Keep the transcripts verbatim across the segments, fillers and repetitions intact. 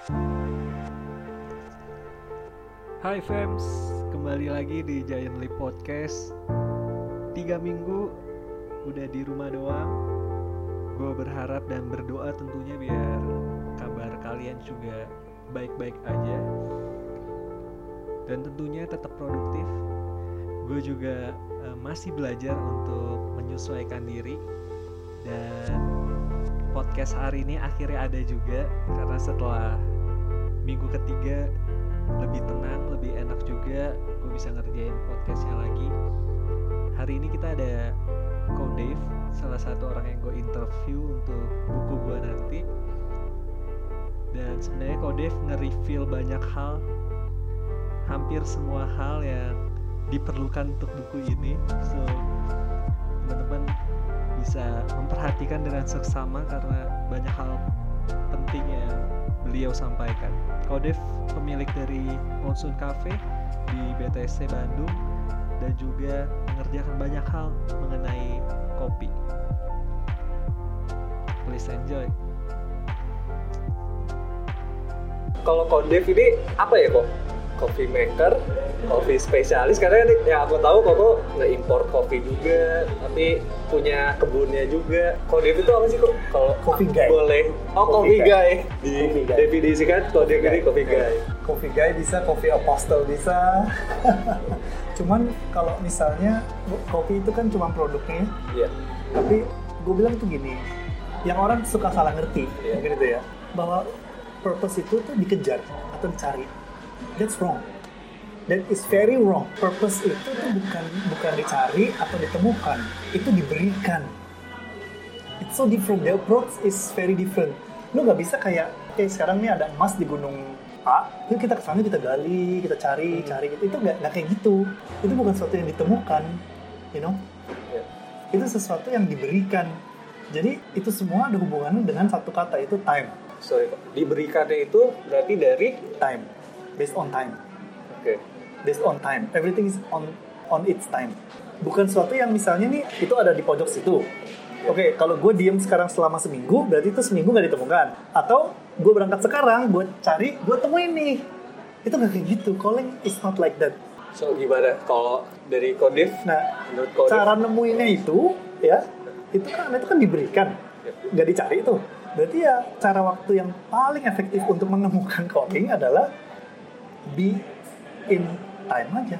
Hai fams, kembali lagi di Giant Leap Podcast. Tiga minggu udah di rumah doang. Gue berharap dan berdoa tentunya biar kabar kalian juga baik-baik aja. Dan tentunya tetap produktif. Gue juga uh, masih belajar untuk menyesuaikan diri. Dan podcast hari ini akhirnya ada juga, karena setelah minggu ketiga lebih tenang, lebih enak juga gue bisa ngerjain podcastnya lagi. Hari ini kita ada Ko Dave, salah satu orang yang gue interview untuk buku gue nanti. Dan sebenarnya Ko Dave nge-reveal banyak hal, hampir semua hal yang diperlukan untuk buku ini. So teman-teman bisa memperhatikan dengan seksama karena banyak hal penting yang beliau sampaikan. Ko Dave pemilik dari Monsoon Cafe di B T S C Bandung dan juga mengerjakan banyak hal mengenai kopi. Please enjoy. Kalau Ko Dave ini apa ya kok? Coffee maker, coffee spesialis, karena yang aku tahu kok nge-import kopi juga, tapi punya kebunnya juga. Ko Dave itu apa sih kok? Kalau coffee guy. Boleh. Oh, coffee, coffee guy. guy. Di guy. Definisikan Ko Dave ini coffee guy. Coffee guy bisa, coffee apostle bisa. Cuman kalau misalnya kopi itu kan cuma produknya. Iya. Yeah. Tapi gue bilang tuh gini, yang orang suka salah ngerti, yeah. gitu ya, bahwa purpose itu tuh dikejar atau dicari. That's wrong. That is very wrong. Purpose itu tuh bukan bukan dicari atau ditemukan, itu diberikan. It's so different. The approach is very different. Lu nggak bisa kayak, oke okay, sekarang nih ada emas di gunung A, yuk kita kesana kita gali, kita cari, hmm. cari gitu. Itu nggak nggak kayak gitu. Itu bukan sesuatu yang ditemukan, you know. Yeah. Itu sesuatu yang diberikan. Jadi itu semua ada hubungannya dengan satu kata, itu time. Sorry, diberikannya itu berarti dari time. Based on time. Oke. Okay. Based on time. Everything is on on its time. Bukan sesuatu yang misalnya nih itu ada di pojok situ. Yeah. Oke, okay, kalau gue diem sekarang selama seminggu, berarti itu seminggu nggak ditemukan. Atau gue berangkat sekarang, gue cari, gue temuin nih. Itu nggak kayak gitu. Calling is not like that. So gimana kalau dari Ko Dave? Nah, cara nemuinnya itu, ya, itu kan itu kan diberikan, nggak yeah. dicari itu. Berarti ya cara waktu yang paling efektif untuk menemukan calling adalah be in time aja.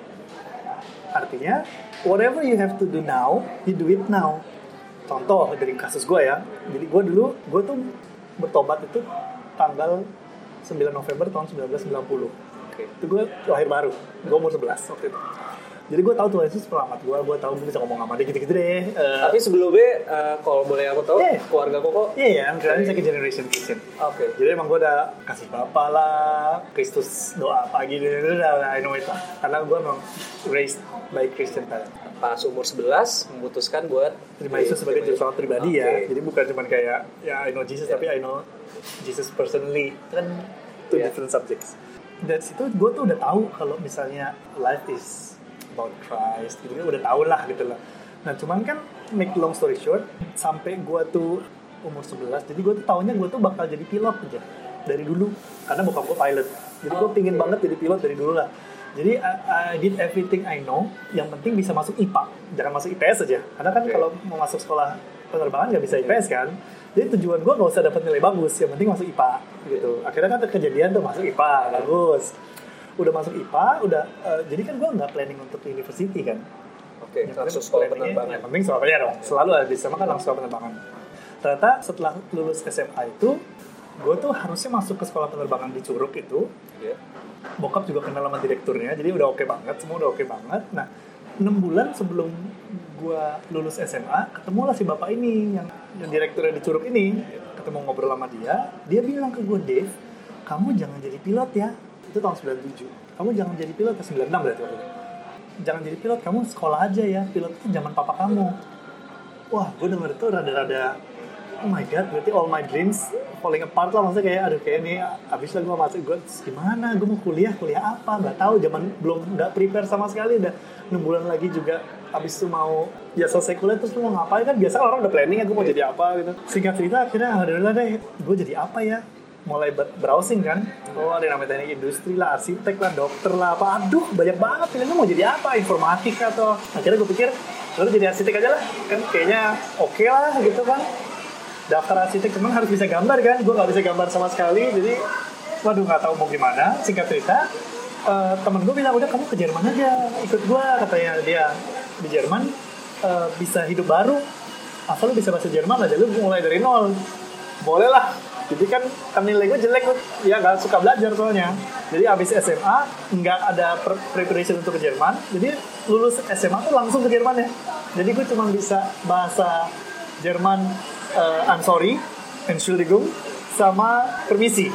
Artinya, whatever you have to do now, you do it now. Contoh dari kasus gue ya. Jadi gue dulu, gue tuh bertobat itu tanggal sembilan November tahun sembilan belas sembilan puluh. Oke. Itu gue lahir baru. Gue umur sebelas waktu itu. Jadi gue tahu Tuhan Yesus pelamat gue, gue tahu gue bisa ngomong sama dia gitu-gitu deh. Uh, Tapi sebelumnya, uh, kalau boleh aku tahu, yeah. keluarga koko? Iya, yeah, yeah, I'm second generation Christian. Oke. Okay. Jadi emang gue udah kasih Bapa lah, Kristus doa pagi gitu, udah I know it lah. Karena gue emang raised by Christian parents. Pas umur sebelas, memutuskan buat terima Yesus sebagai juru selamat pribadi okay. ya. Jadi bukan cuma kayak, ya I know Jesus, yeah. tapi I know Jesus personally. Kan two yeah. different subjects. Dari situ gue tuh udah tahu kalau misalnya life is about Christ, gitu kan udah tau lah gitu lah. Nah cuman kan make long story short, sampai gue tuh umur sebelas, jadi gue tuh taunya gue tuh bakal jadi pilot aja dari dulu, karena bokap gue pilot, jadi gue pingin banget jadi pilot dari dulu lah. Jadi I, I did everything I know, yang penting bisa masuk I P A, jangan masuk I P S aja, karena kan okay. kalau mau masuk sekolah penerbangan nggak bisa I P S kan. Jadi tujuan gue nggak usah dapat nilai bagus, yang penting masuk I P A gitu. Akhirnya kan kejadian tuh masuk I P A, bagus. Udah masuk I P A, udah uh, jadi kan gue nggak planning untuk university kan. Oke, okay, langsung sekolah penerbangan. Yang penting sekolahnya dong, selalu ada di sama kan langsung sekolah penerbangan. Ternyata setelah lulus S M A itu, gue tuh harusnya masuk ke sekolah penerbangan di Curug itu. Yeah. Bokap juga kenal sama direkturnya, jadi udah oke okay banget, semua udah oke okay banget. Nah, enam bulan sebelum gue lulus S M A, ketemulah si bapak ini yang, yang direkturnya di Curug ini. Ketemu ngobrol sama dia, dia bilang ke gue, Dave, kamu jangan jadi pilot ya. Itu tahun sembilan puluh tujuh. Kamu jangan jadi pilot, ya sembilan puluh enam berarti waktu itu. Jangan jadi pilot, kamu sekolah aja ya. Pilot itu zaman papa kamu. Wah, gue denger itu rada-rada, oh my god, berarti all my dreams falling apart lah. Maksudnya kayak, aduh kayak ini abis lah gue masuk, gue gimana, gue mau kuliah, kuliah apa, gak tahu, zaman belum, gak prepare sama sekali, udah enam bulan lagi juga abis itu mau, ya selesai kuliah terus lu mau ngapain kan, biasa orang udah planning ya, gue mau jadi apa gitu. Singkat cerita, akhirnya alhamdulillah deh, gue jadi apa ya, mulai browsing kan, oh ada yang namanya teknik industri lah, arsitek lah, dokter lah, apa, aduh banyak banget pilihannya mau jadi apa, informatika atau, akhirnya gue pikir, lalu jadi arsitek aja lah, kan kayaknya oke okay lah gitu kan, daftar arsitek, cuman harus bisa gambar kan, gue nggak bisa gambar sama sekali, jadi, waduh nggak tahu mau gimana, singkat cerita, uh, temen gue bilang udah kamu ke Jerman aja, ikut gue, katanya dia di Jerman uh, bisa hidup baru, asal lu bisa bahasa Jerman aja, lu mulai dari nol, boleh lah. Jadi kan, kan nilai gue jelek, ya gak suka belajar soalnya. Jadi abis S M A, nggak ada preparation untuk ke Jerman. Jadi lulus S M A tuh langsung ke Jerman ya. Jadi gue cuma bisa bahasa Jerman, uh, I'm sorry, Entschuldigung, sama permisi.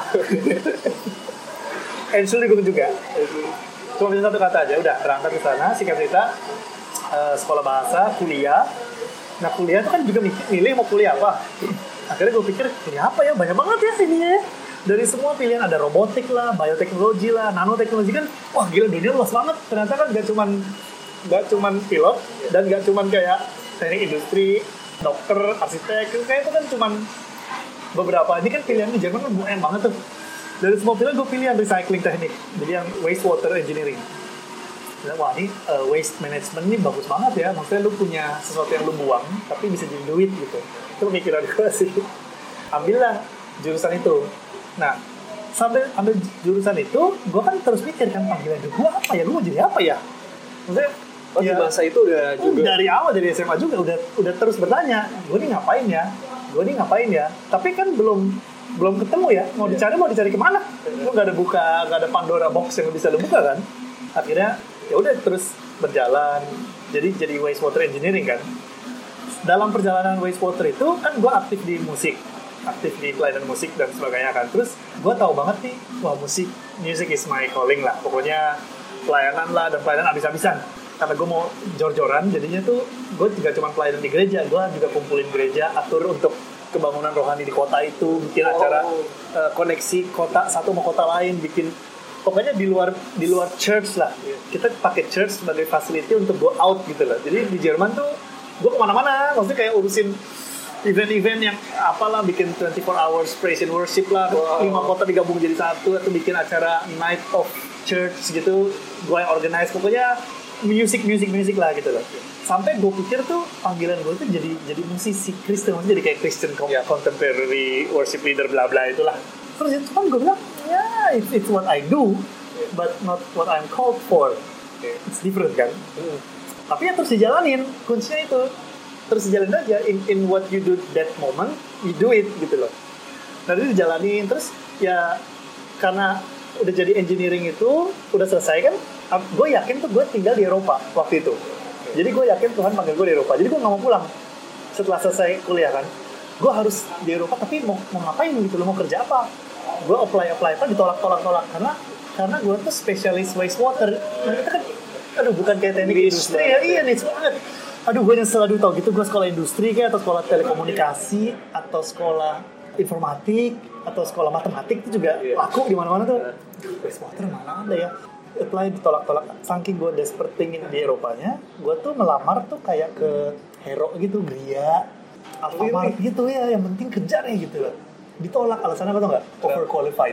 Entschuldigung juga. Cuma bisa satu kata aja, udah berangkat ke sana, singkat cerita, uh, sekolah bahasa, kuliah. Nah kuliah itu kan juga milih mau kuliah apa. Akhirnya gue pikir, ini apa ya, banyak banget ya ininya ya. Dari semua pilihan, ada robotik lah, bioteknologi lah, nanoteknologi kan, wah gila dunia luas banget. Ternyata kan gak cuman, gak cuman pilot, dan gak cuman kayak teknik industri, dokter, arsitek, kayak itu kan cuman beberapa. Ini kan pilihan di Jerman kan banyak banget tuh. Dari semua pilihan gue pilih yang recycling teknik, jadi yang wastewater engineering. Wah ini uh, waste management ini bagus banget ya, maksudnya lu punya sesuatu yang lu buang, tapi bisa jadi duit gitu. Itu pemikiran gue sih. Ambillah jurusan itu. Nah, sambil ambil jurusan itu, gue kan terus mikir kan, panggilan gue apa ya, lu mau jadi apa ya? Maksudnya, oh, ya, di masa itu udah juga dari awal dari S M A juga udah udah terus bertanya, gue nih ngapain ya? Gue nih ngapain ya? Tapi kan belum belum ketemu ya, mau dicari mau dicari kemana? Lu nggak ada buka, nggak ada Pandora box yang bisa lu buka kan? Akhirnya ya udah terus berjalan, jadi jadi wastewater engineering kan. Dalam perjalanan wastewater itu kan gue aktif di musik, aktif di pelayanan musik dan sebagainya kan. Terus gue tahu banget nih, wah musik, music is my calling lah. Pokoknya pelayanan lah dan pelayanan abis-abisan. Karena gue mau jor-joran, jadinya tuh gue juga cuma pelayanan di gereja. Gue juga kumpulin gereja, atur untuk kebangunan rohani di kota itu, bikin oh. acara uh, koneksi kota satu sama kota lain, bikin pokoknya di luar di luar church lah. Kita pakai church sebagai facility untuk go out gitu lah. Jadi di Jerman tuh gue kemana-mana, maksudnya kayak urusin event-event yang apalah, bikin twenty-four hours praise and worship lah, wow. lima kota digabung jadi satu, atau bikin acara night of church gitu, gue yang organize, pokoknya music music music lah gitu loh. Sampai gue pikir tuh panggilan gue tuh jadi jadi musisi Kristen, maksudnya jadi kayak Christian yeah. contemporary worship leader bla bla itulah. Terus itu kan gue bilang, ya yeah, it's, it's what I do, but not what I'm called for. It's different kan. Mm. Tapi ya terus dijalanin, kuncinya itu terus dijalanin aja, in, in what you do that moment, you do it gitu loh. Nanti dijalanin, terus ya karena udah jadi engineering itu, udah selesai kan, gue yakin tuh gue tinggal di Eropa waktu itu. Jadi gue yakin Tuhan panggil gue di Eropa, jadi gue gak mau pulang setelah selesai kuliah kan. Gue harus di Eropa, tapi mau, mau ngapain gitu loh, mau kerja apa? Gue apply-apply apa, ditolak-tolak-tolak, karena karena gue tuh spesialis wastewater. Nah itu kan aduh bukan kayak teknik industri ya, iya nih banget. Aduh gue nyesel, aduh tau gitu gue sekolah industri kayak, atau sekolah telekomunikasi, atau sekolah informatik, atau sekolah matematik itu juga laku di mana-mana tuh. Wastewater mana ada ya? Apply ditolak-tolak. Saking gue desperate ingin di Eropanya, gue tuh melamar tuh kayak ke Hero gitu, Gria, Alfamart gitu ya, yang penting kejar ya gitu loh. Ditolak, alasannya apa tau nggak? Overqualified.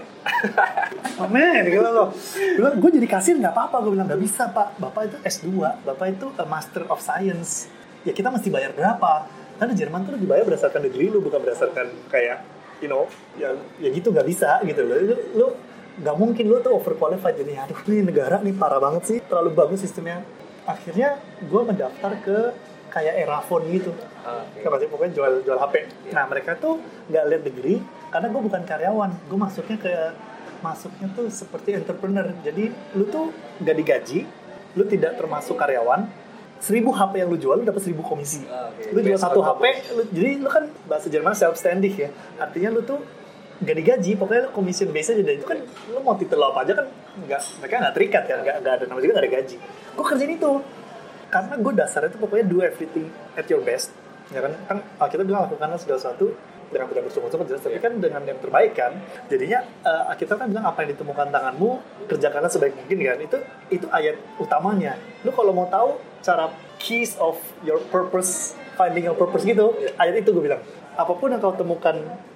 Oh man, gitu loh. Gue jadi kasir nggak apa-apa, gue bilang nggak bisa pak. Bapak itu S dua, bapak itu a Master of Science. Ya kita mesti bayar berapa? Karena di Jerman tuh dibayar berdasarkan degree lu, bukan berdasarkan kayak, you know, ya, ya gitu nggak bisa gitu loh. Lu, lu nggak mungkin lu tuh overqualified. Jadi aduh nih negara nih parah banget sih, terlalu bagus sistemnya. Akhirnya gue mendaftar ke kayak Erafon gitu, okay. Pasti pokoknya jual jual H P. Nah mereka tuh nggak lihat degree, karena gue bukan karyawan, gue masuknya ke masuknya tuh seperti entrepreneur. Jadi lu tuh nggak digaji, lu tidak termasuk karyawan. Seribu H P yang lu jual, lu dapat seribu komisi. Okay. Lu jual satu H P, lu, jadi lu kan bahasa Jerman self standing ya. Artinya lu tuh nggak digaji, pokoknya lu commission base aja. Dan itu kan lu mau titel apa aja kan nggak, mereka nggak terikat kan, nggak nggak ada nama juga nggak ada gaji. Gue kerjain itu. Karena gue dasarnya itu pokoknya do everything at your best, ya kan? Kan kita bilang lakukanlah segala sesuatu dengan tidak bersungguh-sungguh jelas, tapi kan dengan yang terbaik kan. Jadinya uh, kita kan bilang apa yang ditemukan tanganmu kerjakanlah sebaik mungkin kan. Itu itu ayat utamanya. Lu kalau mau tahu cara keys of your purpose, finding your purpose gitu, ayat itu gue bilang. Apapun yang kau temukan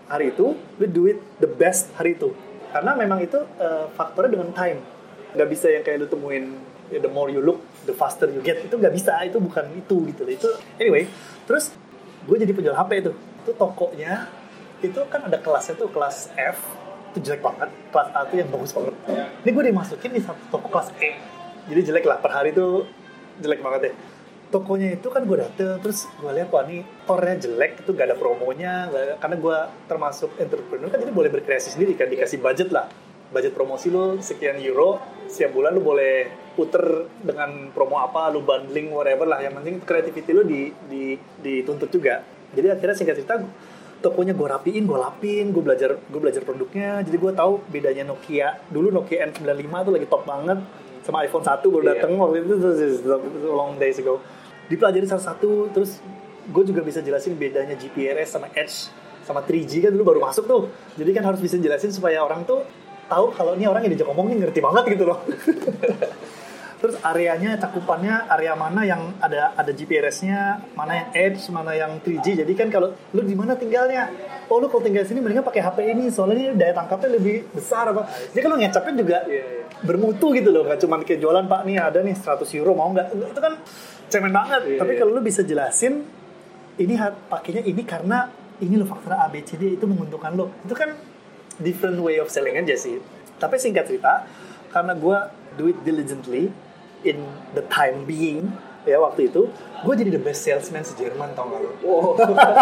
hari itu, lu do it the best hari itu. Karena memang itu uh, faktornya dengan time. Gak bisa yang kayak lu temuin ya, the more you look, the faster you get. Itu gak bisa, itu bukan itu gitu. Itu anyway, terus gue jadi penjual H P itu. Itu tokonya, itu kan ada kelasnya tuh, kelas F. Itu jelek banget, kelas A itu yang bagus banget. Ini gue dimasukin di satu toko kelas E. Jadi jelek lah, per hari itu jelek banget ya. Tokonya itu kan gue dateng, terus gue lihat wah nih store-nya jelek, itu gak ada promonya, gak ada, karena gue termasuk entrepreneur kan jadi boleh berkreasi sendiri kan, dikasih budget lah, budget promosi lu sekian euro, setiap bulan lu boleh puter dengan promo apa, lu bundling whatever lah, yang penting creativity lu di, di, dituntut juga. Jadi akhirnya singkat cerita, tokonya gue rapiin, gue lapin, gue belajar gue belajar produknya, jadi gue tahu bedanya Nokia, dulu Nokia N sembilan puluh lima tuh lagi top banget, sama iPhone satu baru dateng yeah. waktu itu, long days ago. Dipelajari satu-satu, terus gue juga bisa jelasin bedanya G P R S sama Edge sama tiga G kan dulu baru masuk tuh, jadi kan harus bisa jelasin supaya orang tuh tahu kalau ini orang yang diajak ngomong nih ngerti banget gitu loh. Terus areanya, cakupannya, area mana yang ada ada G P R S-nya, mana yang Edge, mana yang tiga G. Jadi kan kalau lu di mana tinggalnya, oh lu kalau tinggal sini mendingan pakai H P ini, soalnya ini daya tangkapnya lebih besar apa. Jadi kan lu ngecapnya juga yeah, yeah. bermutu gitu loh, nggak cuma kayak jualan Pak nih ada nih seratus euro mau nggak? Itu kan cemen banget. Yeah, Tapi yeah. kalau lu bisa jelasin ini pakainya ini karena ini lo faktor A B C D itu menguntungkan lo. Itu kan different way of selling aja sih. Tapi singkat cerita, karena gue do it diligently in the time being ya waktu itu, gue jadi the best salesman se-Jerman tau gak lo? Wow.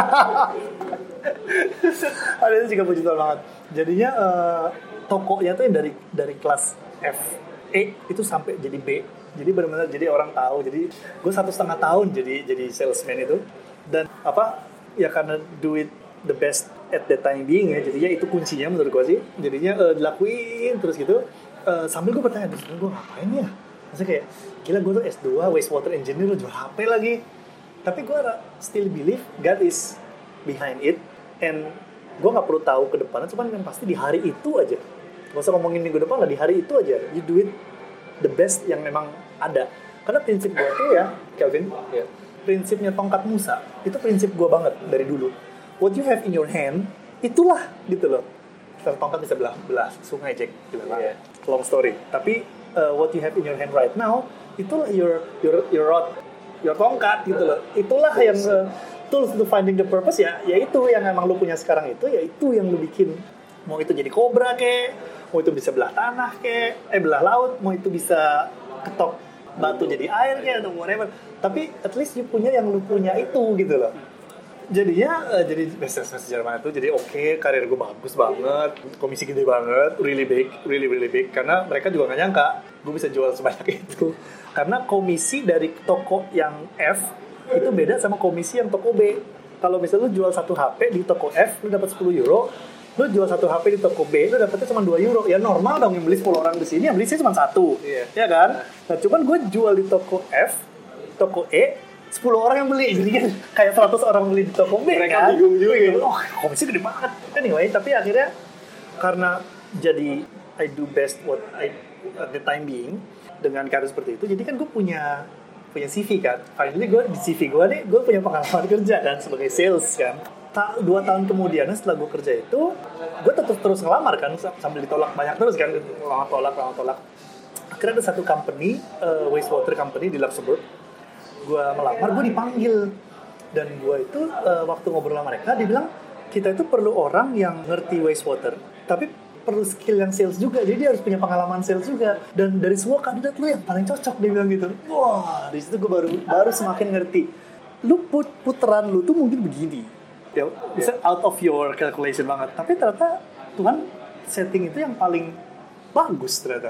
Ada itu juga puji Tuhan banget. Jadinya uh, tokonya tuh yang dari dari kelas F E itu sampai jadi B. Jadi benar-benar jadi orang tahu. Jadi gue satu setengah tahun jadi jadi salesman itu, dan apa ya karena do it the best at the time being ya. Jadinya itu kuncinya menurut gue sih. Jadinya uh, dilakuin terus gitu. Uh, sambil gue bertanya, gue ngapain ya? Maksudnya kayak, gila gue tuh S dua, wastewater engineer, jual H P lagi. Tapi gue still believe God is behind it. And gue gak perlu tahu ke depannya, cuman yang pasti di hari itu aja. Gak usah ngomongin minggu depan lah, di hari itu aja. You do it the best yang memang ada. Karena prinsip gue tuh ya, Kelvin, ya, prinsipnya tongkat Musa, itu prinsip gue banget dari dulu. What you have in your hand, itulah gitu loh. Tongkat bisa belah, belah sungai Jack, gitu lah. Yeah. Long story. Tapi Uh, what you have in your hand right now, itulah your your your rod, your tongkat gitu loh. Itulah yang uh, tools to finding the purpose ya, yaitu yang emang lu punya sekarang itu, yaitu yang lu bikin. Mau itu jadi kobra kek, mau itu bisa belah tanah kek, eh belah laut, mau itu bisa ketok batu jadi air kek atau whatever. Tapi at least you punya yang lu punya itu gitu loh. Jadinya uh, jadi best salesman Jerman itu jadi oke, okay, karir gue bagus banget, komisi gede banget, really big, really really big, karena mereka juga nggak nyangka gue bisa jual sebanyak itu. Karena komisi dari toko yang F itu beda sama komisi yang toko B. Kalau misalnya lu jual satu H P di toko F lu dapat sepuluh euro, lu jual satu H P di toko B lu dapatnya cuma dua euro. Ya normal dong, yang beli sepuluh orang di sini yang beli sih cuma satu, yeah. ya kan? Nah cuman gue jual di toko F, toko E sepuluh orang yang beli, jadi kan kayak seratus orang beli di toko B. Mereka kan? Bingung juga gitu. Oh komisi gede banget anyway. Tapi akhirnya karena jadi I do best what I at the time being dengan karir seperti itu, jadi kan gue punya punya C V kan. Finally gue di C V gue nih gue punya pengalaman kerja kan sebagai sales kan. Ta- dua tahun kemudian setelah gue kerja itu gue tetap terus ngelamar kan sambil ditolak banyak terus kan, ngelamar tolak ngelamar tolak. Akhirnya ada satu company uh, wastewater company di Luxembourg. Gue melamar, gue dipanggil, dan gue itu uh, waktu ngobrol sama mereka dia bilang kita itu perlu orang yang ngerti wastewater tapi perlu skill yang sales juga, jadi dia harus punya pengalaman sales juga, dan dari semua kandidat lu yang paling cocok, dia bilang gitu. Wah, di situ gue baru baru semakin ngerti lu put putaran lu tuh mungkin begini ya, bisa out of your calculation banget, tapi ternyata Tuhan setting itu yang paling bagus ternyata,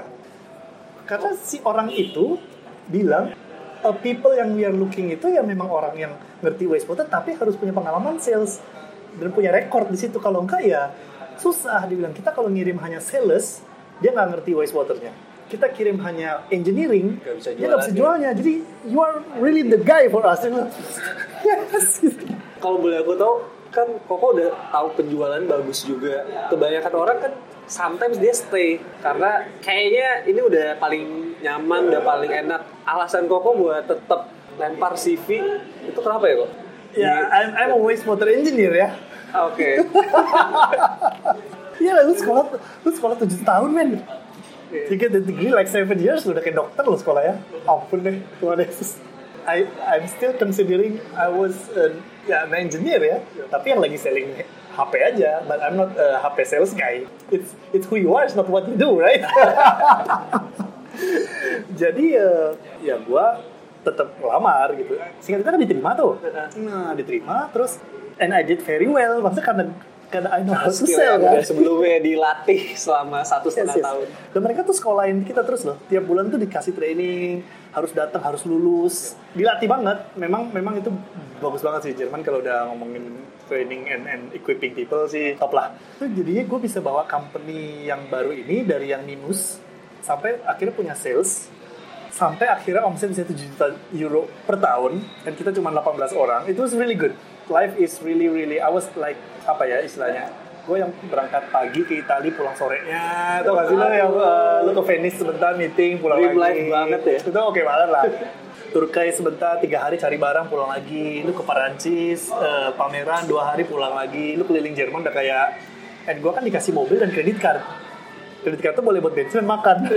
karena si orang itu bilang Uh, people yang we are looking itu ya memang orang yang ngerti wastewater tapi harus punya pengalaman sales dan punya record di situ. Kalau enggak ya susah. Dia bilang kita kalau ngirim hanya sales dia nggak ngerti wastewaternya, kita kirim hanya engineering gak bisa dia nggak bisa jualnya. Jadi you are really the guy for us. Yes. Kalau boleh aku tahu kan Koko udah tahu penjualan bagus juga. Kebanyakan orang kan sometimes dia stay karena kayaknya ini udah paling nyaman, udah paling enak. Alasan Koko buat tetap lempar C V itu kenapa ya kok? Ya, yeah, I'm, I'm a wastewater engineer ya. Oke. Iya, lu sekolah lu sekolah tujuh tahun men. You get the degree like seven years, lu udah kayak dokter lu sekolah ya. Ampun deh, Tuhan Yesus. I I'm still considering I was uh, ya an engineer ya, tapi yang lagi selling H P aja, but I'm not a H P sales guy. It's it's who you are, it's not what you do, right? Jadi uh, ya gua tetap ngelamar gitu. Singkat kata kan diterima tuh. Nah, diterima terus and I did very well. Maksudnya karena karena I know how to sell kan. Sebelumnya dilatih selama satu setengah yes, yes. tahun. Dan mereka tuh sekolahin kita terus loh. Tiap bulan tuh dikasih training, harus datang, harus lulus. Dilatih banget. Memang memang itu bagus banget sih Jerman kalau udah ngomongin training and, and equipping people sih top lah. Tuh jadinya gue bisa bawa company yang baru ini dari yang minus sampai akhirnya punya sales. Sampai akhirnya omset bisa tujuh juta euro per tahun dan kita cuma delapan belas orang. It was really good. Life is really really I was like apa ya istilahnya, gue yang berangkat pagi ke Italia pulang sorenya, tau gak sih lo yang uh, lo ke Venice sebentar meeting pulang Dream lagi, life banget ya, itu oke okay banget lah. Turkai sebentar tiga hari cari barang pulang lagi, lu ke Perancis uh, pameran dua hari pulang lagi, lu keliling Jerman udah kayak, and gue kan dikasih mobil dan kredit card, kredit card tuh boleh buat bensin dan makan.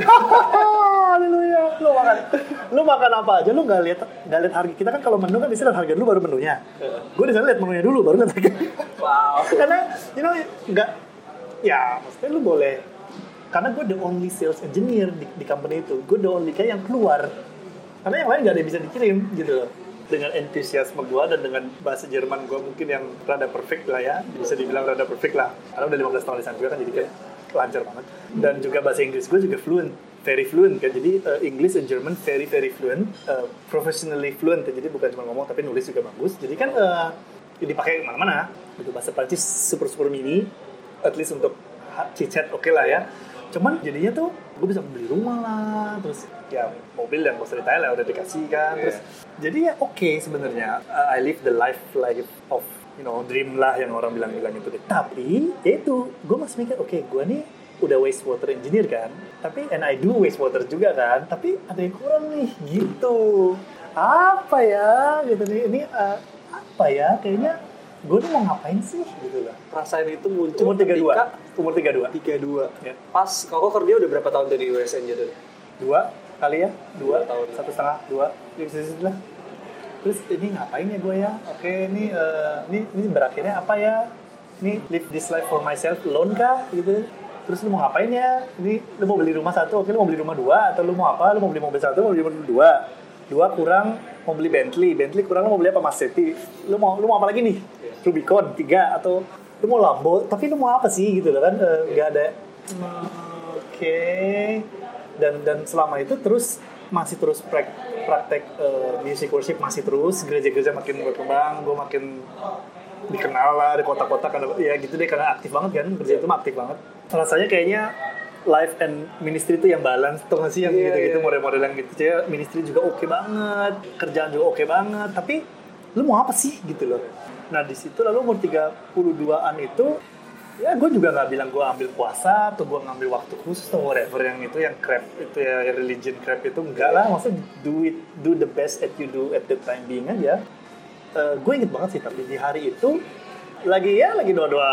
Haleluya, lu makan, lu makan apa aja, lu nggak lihat nggak lihat harga. Kita kan kalau menu kan bisa lihat harga dulu baru menunya. Gue di sana lihat menunya dulu baru lihat harga. Wow. Karena you know nggak, ya maksudnya lu boleh. Karena gue the only sales engineer di, di company itu, gue the only guy yang keluar. Karena yang lain nggak ada yang bisa dikirim gitu loh. Dengan entusiasme gue dan dengan bahasa Jerman gue mungkin yang rada perfect lah ya, bisa dibilang rada perfect lah. Karena udah lima belas tahun di sana juga kan jadi kayak lancar banget. Dan juga bahasa Inggris gue juga fluent. Very fluent kan, jadi uh, English and German very very fluent, uh, professionally fluent, jadi bukan cuma ngomong tapi nulis juga bagus. Jadi kan uh, dipakai kemana-mana. Itu bahasa Prancis super super mini, at least untuk chit-chat oke okay lah ya. Cuman jadinya tuh gue bisa beli rumah lah, terus ya mobil yang gue ceritain lah udah dikasih kan, yeah. Terus jadi ya oke okay, sebenarnya. Uh, I live the life like of you know dream lah yang orang bilang-bilang itu deh. Tapi ya itu gue masih mikir oke okay, gue nih udah wastewater engineer kan, tapi and I do wastewater juga kan, tapi ada yang kurang nih gitu. Apa ya gitu nih, ini uh, apa ya kayaknya gue nih mau ngapain sih gitu lah. Perasaan itu muncul umur tiga puluh dua umur tiga puluh dua tiga puluh dua ya. Pas kau kerja udah berapa tahun tuh di U S Engineer? Dua kali ya, dua, dua tahun satu setengah, dua di situ lah. Terus ini ngapain ya gue ya? Oke, ini uh, ini ini berakhirnya apa ya? Ini live this life for myself alone kah gitu. Terus lu mau ngapain ya? Ini lu mau beli rumah satu, oke lu mau beli rumah dua, atau lu mau apa? Lu mau beli mobil satu, mau beli mobil dua. Dua kurang mau beli Bentley, Bentley kurang lu mau beli apa Maserati? Lu mau lu mau apa lagi nih? Rubicon tiga, atau lu mau Lambo, tapi lu mau apa sih gitu kan? Enggak uh, ada. Hmm, oke. Okay. Dan dan selama itu terus masih terus prak, praktek uh, music worship masih terus, gereja-gereja makin berkembang, gue makin dikenal lah di kota-kota kan ya gitu deh, karena aktif banget kan, kerja itu mah aktif banget. Rasanya kayaknya life and ministry itu yang balance tuh nggak sih yang yeah, gitu-gitu yeah. Model-model yang gitu ya, ministry juga oke okay banget, kerjaan juga oke okay banget, tapi lu mau apa sih gitu loh. Nah di situ lalu umur tiga puluh duaan itu ya gue juga nggak bilang gue ambil puasa atau gue ngambil waktu khusus atau whatever yang itu yang crap itu ya religion crap itu enggak lah, maksudnya do it do the best that you do at the time being aja. Uh, gue inget banget sih tapi di hari itu lagi ya lagi doa-doa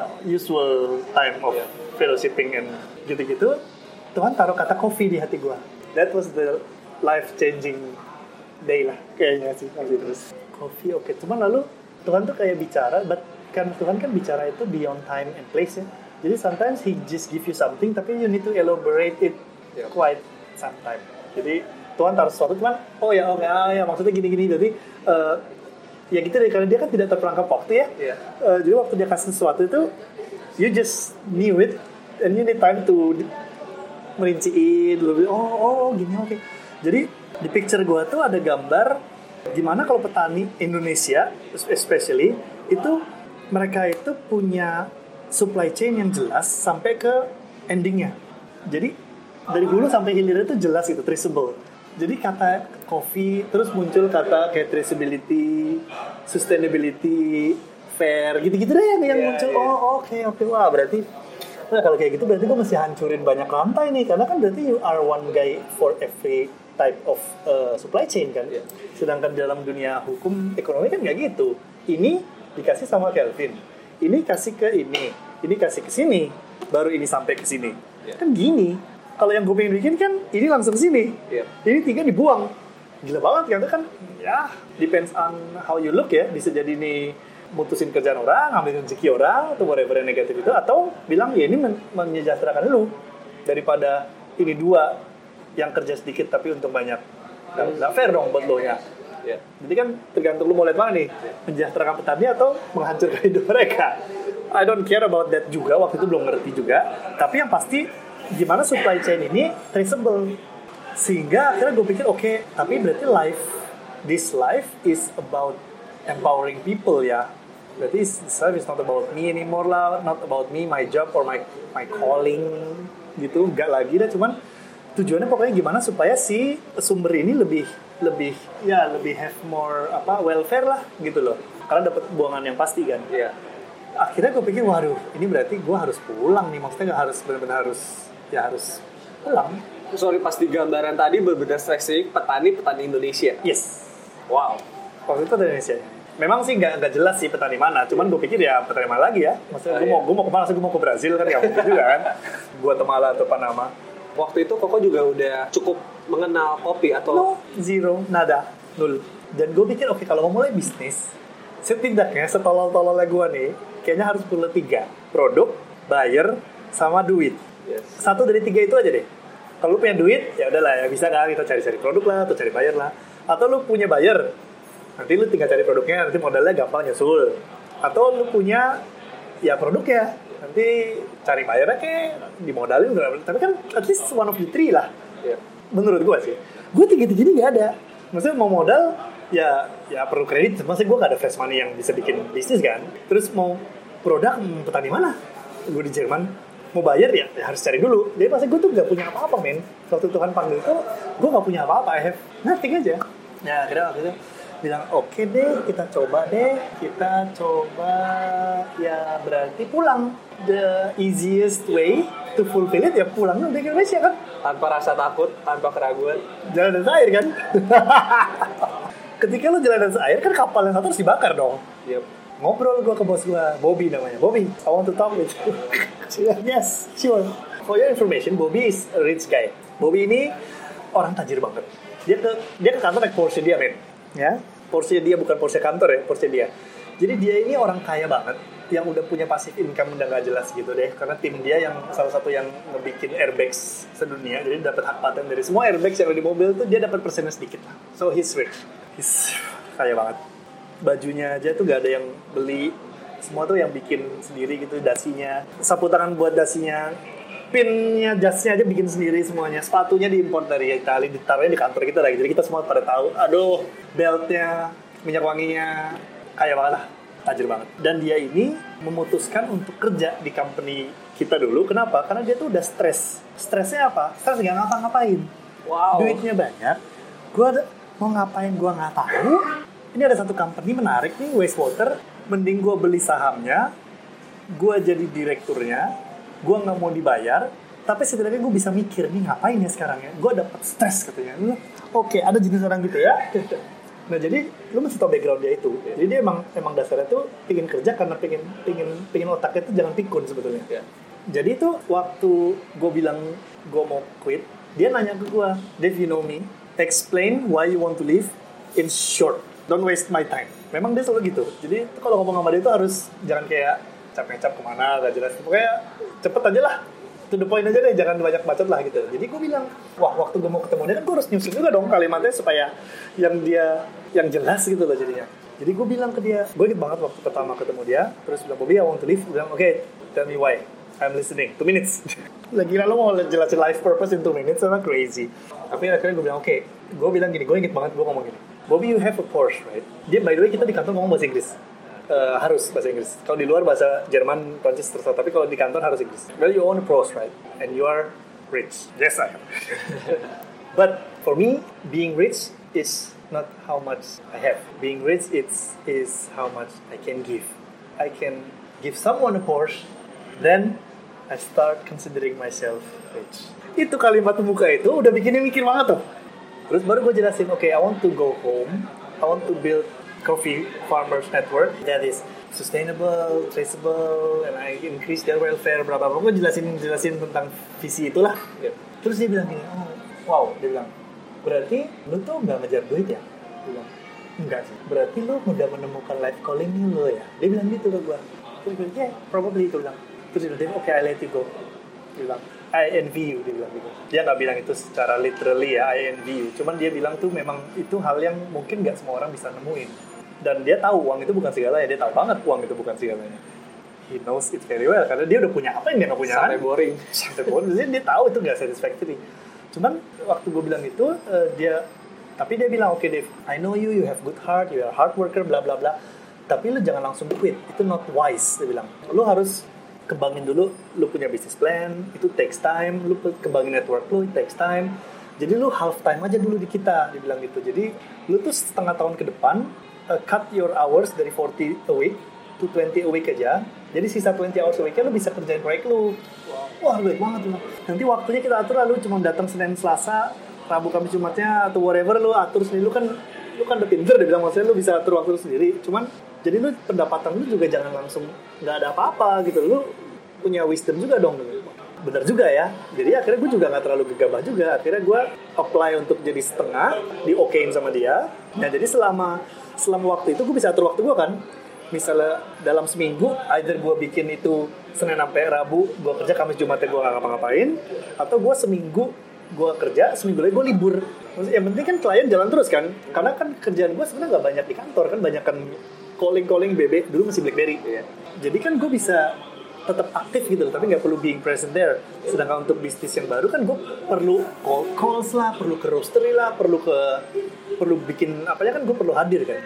usual time of fellowshipping and gitu-gitu, Tuhan taruh kata coffee di hati gue. That was the life changing day lah kayaknya sih. Masih terus coffee oke okay. Cuman lalu Tuhan tuh kayak bicara, but kan Tuhan kan bicara itu beyond time and place ya. Jadi sometimes he just give you something tapi you need to elaborate it yeah. quite sometime. Jadi Tuhan taruh sesuatu cuman oh ya oh ya, ya maksudnya gini-gini. Jadi uh, ya gitu deh, karena dia kan tidak terperangkap waktu ya. Yeah. Uh, jadi waktu dia kasih sesuatu itu, you just knew it, and you need time to merinciin, lebih oh oh gini oke. Okay. Jadi di picture gue tuh ada gambar gimana kalau petani Indonesia, especially itu mereka itu punya supply chain yang jelas sampai ke endingnya. Jadi dari hulu sampai hilir itu jelas itu traceable. Jadi kata coffee, terus muncul kata kayak traceability, sustainability, fair, gitu-gitu deh yang, yang yeah, muncul. Yeah. Oh oke okay, oke okay. Wah berarti, nah kalau kayak gitu berarti gue mesti hancurin banyak rantai nih, karena kan berarti you are one guy for every type of uh, supply chain kan. Yeah. Sedangkan dalam dunia hukum ekonomi kan nggak gitu. Ini dikasih sama Kelvin, ini kasih ke ini, ini kasih ke sini, baru ini sampai ke sini. Yeah. Kan gini. Kalau yang gue pengen bikin kan ini langsung sini. Yeah. Ini tiga dibuang. Gila banget kan, kan ya depends on how you look ya. Bisa jadi nih mutusin kerjaan orang, ambil rezeki orang, atau whatever yang negatif itu, atau bilang ya ini men- menyejahterakan lu daripada ini dua yang kerja sedikit tapi untung banyak. Nggak fair dong buat lo ya. Yeah. Jadi kan tergantung lu mau lihat mana nih, menyejahterakan petani atau menghancurkan hidup mereka. I don't care about that juga, waktu itu belum ngerti juga. Tapi yang pasti gimana supply chain ini traceable. Sehingga akhirnya gue pikir oke, okay, tapi berarti life, this life is about empowering people ya. Berarti this life is not about me anymore lah, not about me, my job or my my calling gitu, enggak lagi dah, cuman tujuannya pokoknya gimana supaya si sumber ini lebih lebih ya lebih have more apa welfare lah gitu loh, karena dapat buangan yang pasti kan. Iya. Yeah. Akhirnya gue pikir waduh ini berarti gue harus pulang nih, maksudnya nggak harus benar-benar harus ya harus pulang. Sorry pas di gambaran tadi berbeda spesifik petani petani Indonesia. Yes. Wow. Waktu itu dari Indonesia. Memang sih nggak nggak jelas sih petani mana, cuman gue pikir ya petani mana lagi ya. Maksudnya gue mau gue mau kemana sih, gue mau ke Brazil kan ya mungkin juga kan. Guatemala atau Panama. Waktu itu Koko juga udah cukup mengenal kopi atau? No, zero, nada, nul. Dan gue pikir oke okay, kalau mau mulai bisnis, setidaknya setolol-tololnya gue nih, kayaknya harus punya tiga. Produk, buyer, sama duit. Yes. Satu dari tiga itu aja deh. Kalau lu punya duit, ya udahlah ya bisa kan kita cari-cari produk lah, atau cari buyer lah. Atau lu punya buyer, nanti lu tinggal cari produknya, nanti modalnya gampang nyusul. Atau lu punya ya produknya, nanti cari bayarnya kayak dimodalin, tapi kan at least one of the three lah. Yeah. Menurut gue sih, gue tiga-tiga ini nggak ada. Maksudnya mau modal, ya ya perlu kredit. Maksudnya gue nggak ada fresh money yang bisa bikin bisnis kan. Terus mau produk, petani mana? Gue di Jerman, mau bayar ya, ya harus cari dulu. Jadi maksudnya gue tuh nggak punya apa-apa men. Waktu Tuhan panggil itu, gue nggak punya apa-apa. I have nothing aja. Ya akhirnya waktu itu bilang oke okay deh, kita coba deh, kita coba ya berarti pulang. The easiest way to fulfill it ya pulang ke Indonesia kan, tanpa rasa takut, tanpa keraguan. Jalan atas air kan. Ketika lu jalan atas air kan kapal yang satu harus dibakar dong. Yep. Ngobrol gue ke bos gue, Bobby namanya. Bobby, I want to talk with you. Yes, sure. For your information, Bobby is a rich guy. Bobby ini orang tajir banget. Dia ke dia ke kantor naik Porsche dia men. Ya, Porsche dia bukan Porsche kantor ya, Porsche dia. Jadi dia ini orang kaya banget yang udah punya passive income udah gak jelas gitu deh, karena tim dia yang salah satu yang ngebikin airbags sedunia, jadi dapat hak paten dari semua airbags yang ada di mobil tuh dia dapat persennya sedikit lah. So he's rich, he's kaya banget. Bajunya aja tuh gak ada yang beli, semua tuh yang bikin sendiri gitu, dasinya, sapu tangan buat dasinya, pinnya, jasnya aja bikin sendiri semuanya, sepatunya diimpor dari Italia, ditaruhnya di kantor kita lagi, jadi kita semua pada tahu. Aduh, beltnya, minyak wanginya, kaya banget lah. Tajir banget. Dan dia ini memutuskan untuk kerja di company kita dulu. Kenapa? Karena dia tuh udah stres. Stresnya apa? Stres gak ngapa-ngapain. Wow. Duitnya banyak. Gue mau ngapain gue gak tahu. Ini ada satu company menarik nih, wastewater. Mending gue beli sahamnya. Gue jadi direkturnya. Gue gak mau dibayar. Tapi setidaknya gue bisa mikir nih ngapain ya sekarang ya. Gue dapet stres katanya. Oke, okay, ada jenis orang gitu ya. Nah jadi lu mesti tau background dia itu. Yeah. Jadi dia emang emang dasarnya tuh pingin kerja karena pingin pingin pingin otaknya tuh jangan pikun sebetulnya. Yeah. Jadi tuh waktu gue bilang gue mau quit, dia nanya ke gue, Dave, you know me, explain why you want to leave in short, don't waste my time. Memang dia selalu gitu. Jadi tuh kalau ngomong sama dia tuh harus jangan kayak cap-cap kemana gak jelas. Pokoknya cepet aja lah. To the point aja deh, jangan banyak bacot lah gitu. Jadi gue bilang, wah waktu gue mau ketemu dia kan gue harus nyusun juga dong kalimatnya supaya yang dia yang jelas gitu loh jadinya. Jadi gue bilang ke dia, gue inget banget waktu pertama ketemu dia, terus bilang, Bobby I want to leave. Gue bilang, oke, okay, tell me why. I'm listening. Two minutes. Lagi lalu mau jelasin life purpose in two minutes, sama crazy. Tapi akhirnya gue bilang, oke, okay. Gue bilang gini, gue inget banget gue ngomong gini, Bobby you have a Porsche, right? Dia by the way kita di kantor ngomong bahasa Inggris. Uh, harus bahasa Inggris. Kalau di luar bahasa Jerman, Prancis terserah. Tapi kalau di kantor harus Inggris. Well, you own a Porsche, right? And you are rich. Yes, I am. But for me, being rich is not how much I have. Being rich it's, is how much I can give. I can give someone a Porsche, then I start considering myself rich. Itu kalimat pembuka itu udah bikin mikir banget tuh. Terus baru gue jelasin, okay, I want to go home. I want to build Coffee Farmers Network that is sustainable, traceable, and I increase their welfare, berapa berapa. Gue jelasin jelasin tentang visi itulah. Yeah. Terus dia bilang gini, oh, wow, dia bilang, berarti lu tuh nggak ngejar duit ya? Dia bilang, enggak sih. Berarti lu udah menemukan life calling lu ya? Dia bilang gitu ke gue. Terus gue bilang, yeah, probably itu bilang. Terus dia bilang, oke, okay, I let you go. Dia bilang, I envy you, dia bilang gitu. Dia nggak bilang itu secara literally ya, I envy you. Cuman dia bilang tuh memang itu hal yang mungkin nggak semua orang bisa nemuin. Dan dia tahu uang itu bukan segalanya. Dia tahu banget uang itu bukan segalanya. He knows it very well karena dia udah punya apa yang dia nggak punya. Sampai boring. Sampai boring. Jadi dia tahu itu nggak satisfactory. Cuman waktu gue bilang itu uh, dia, tapi dia bilang oke okay, Dave, I know you, you have good heart, you are hard worker, bla bla bla. Tapi lu jangan langsung quit. Itu not wise. Dia bilang. Lu harus kembangin dulu, lu punya business plan, itu takes time, lu kembangin network lu, it takes time. Jadi lu half time aja dulu di kita, dia bilang gitu. Jadi lu tuh setengah tahun ke depan, uh, cut your hours dari forty a week to twenty a week aja. Jadi sisa twenty hours a week-nya lu bisa kerjain proyek lu. Wow. Wah, baik banget lu. Nanti waktunya kita atur lah, lu cuma datang Senin, Selasa, Rabu, Kamis, Jumatnya, atau whatever lu atur sendiri. Lu kan lu kan udah pinter, dia bilang, maksudnya lu bisa atur waktu lu sendiri. Cuman jadi lu pendapatan lu juga jangan langsung nggak ada apa-apa gitu. Lu punya wisdom juga dong. Bener juga ya. Jadi akhirnya gue juga nggak terlalu gegabah juga. Akhirnya gue apply untuk jadi setengah, di okein sama dia. Nah jadi selama selama waktu itu gue bisa atur waktu gue kan. Misalnya dalam seminggu, either gue bikin itu Senin sampai Rabu, gue kerja, Kamis Jumatnya gue nggak ngapa-ngapain, atau gue seminggu gue kerja, seminggu lagi gue libur. Maksudnya yang penting kan klien jalan terus kan. Karena kan kerjaan gue sebenarnya nggak banyak di kantor kan, banyak kan calling-calling B B, dulu masih BlackBerry. Ya. Jadi kan gue bisa tetap aktif gitu loh, tapi nggak perlu being present there. Sedangkan untuk bisnis yang baru kan gue perlu call calls lah, perlu ke roastery lah, perlu ke perlu bikin apanya kan gue perlu hadir kan.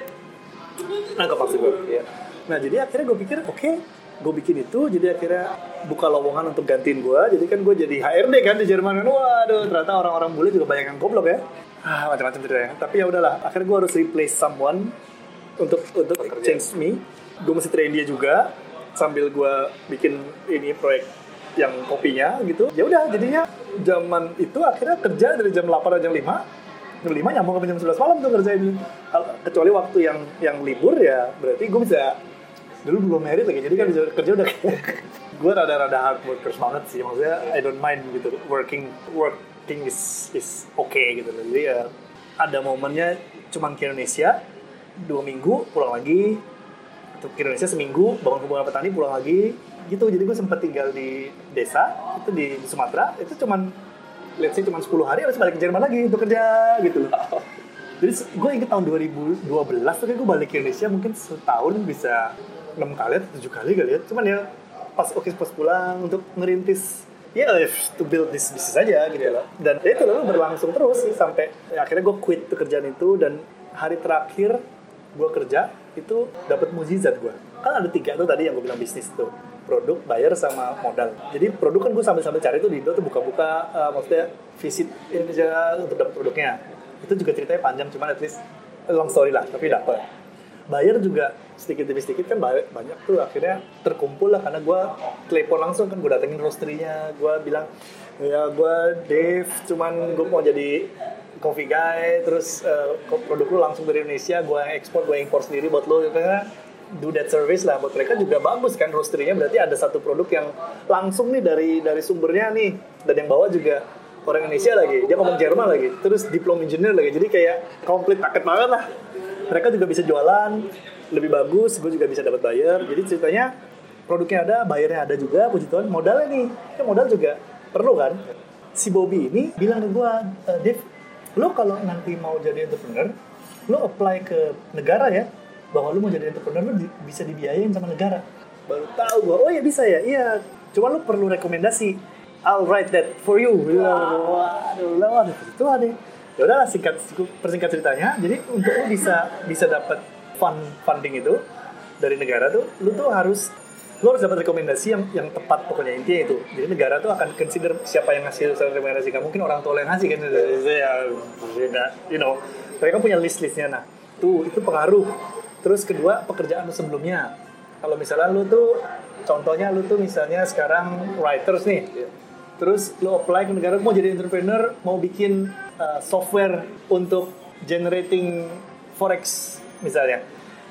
Nangkep maksud gue. Ya. Nah jadi akhirnya gue pikir oke, okay, gue bikin itu, jadi akhirnya buka lowongan untuk gantiin gue. Jadi kan gue jadi H R D kan di Jerman kan. Waduh, ternyata orang-orang bule juga banyak yang goblok ya. Ah macam-macam ceritanya. Tapi ya udahlah, akhirnya gue harus replace someone untuk untuk change me. Gue mesti train dia juga sambil gue bikin ini proyek yang kopinya gitu. Ya udah jadinya zaman itu akhirnya kerja dari jam delapan sampai jam lima. Jam lima nyambung ke jam sebelas malam tuh kerjain. Kecuali waktu yang yang libur ya berarti gue bisa, dulu belum married lagi jadi kan bisa kerja udah gue rada-rada hard workers banget sih, maksudnya I don't mind gitu, working working is is okay gitu loh. Jadi ya ada momennya cuman ke Indonesia dua minggu pulang lagi, untuk ke Indonesia seminggu bangun hubungan petani pulang lagi gitu. Jadi gue sempat tinggal di desa itu di, di Sumatera, itu cuman let's say cuman sepuluh hari habis balik ke Jerman lagi untuk kerja gitu loh. Jadi gue inget tahun dua ribu dua belas tuh kan gue balik ke Indonesia mungkin setahun bisa enam kali atau tujuh kali kali ya. Cuman ya pas oke pas pulang untuk ngerintis ya yeah, to build this business aja gitu loh. Dan ya itu lalu berlangsung terus sih sampai ya, akhirnya gue quit pekerjaan itu. Dan hari terakhir gue kerja itu dapat mukjizat gue. Kan ada tiga tuh tadi yang gue bilang bisnis tuh, produk, buyer, sama modal. Jadi produk kan gue sambil-sambil cari tuh di Indo tuh buka-buka, uh, maksudnya visit Indonesia untuk dapat produknya. Itu juga ceritanya panjang, cuman at least long story lah, tapi dapat. Buyer juga sedikit demi sedikit kan banyak tuh akhirnya terkumpul lah, karena gue telepon langsung kan, gue datengin roastery-nya, gue bilang ya gue Dave, cuman gue mau jadi coffee guy, terus uh, produk lu langsung dari Indonesia, gue ekspor, gue impor sendiri buat lo, karena do that service lah buat mereka juga bagus kan roastery-nya, berarti ada satu produk yang langsung nih dari dari sumbernya nih, dan yang bawa juga orang Indonesia lagi, dia ngomong Jerman lagi, terus diploma engineer lagi, jadi kayak komplit paket banget lah. Mereka juga bisa jualan lebih bagus, gue juga bisa dapat buyer. Jadi ceritanya produknya ada, bayarnya ada juga, puji Tuhan. Modalnya nih, ya modal juga perlu kan. Si Bobby ini bilang ke gue, e, Dave, lo kalau nanti mau jadi entrepreneur, lo apply ke negara ya, bahwa lo mau jadi entrepreneur, lo di, bisa dibiayain sama negara. Baru tahu gue, oh ya bisa ya, iya. Cuma lo perlu rekomendasi, I'll write that for you. Wow. Waduh, waduh, itu ada. Ya udah singkat persingkat ceritanya. Jadi untuk lu bisa bisa dapat fund funding itu dari negara tuh, lu tuh harus lu harus dapat rekomendasi yang yang tepat, pokoknya intinya itu. Jadi negara tuh akan consider siapa yang ngasih rekomendasi kamu, mungkin orang tua yang ngasih kan, ya you know, mereka punya list-listnya. Nah tuh itu pengaruh. Terus kedua, pekerjaan lu sebelumnya. Kalau misalnya lu tuh contohnya lu tuh misalnya sekarang writers nih, terus lu apply ke negara, mau jadi entrepreneur, mau bikin uh, software untuk generating forex misalnya.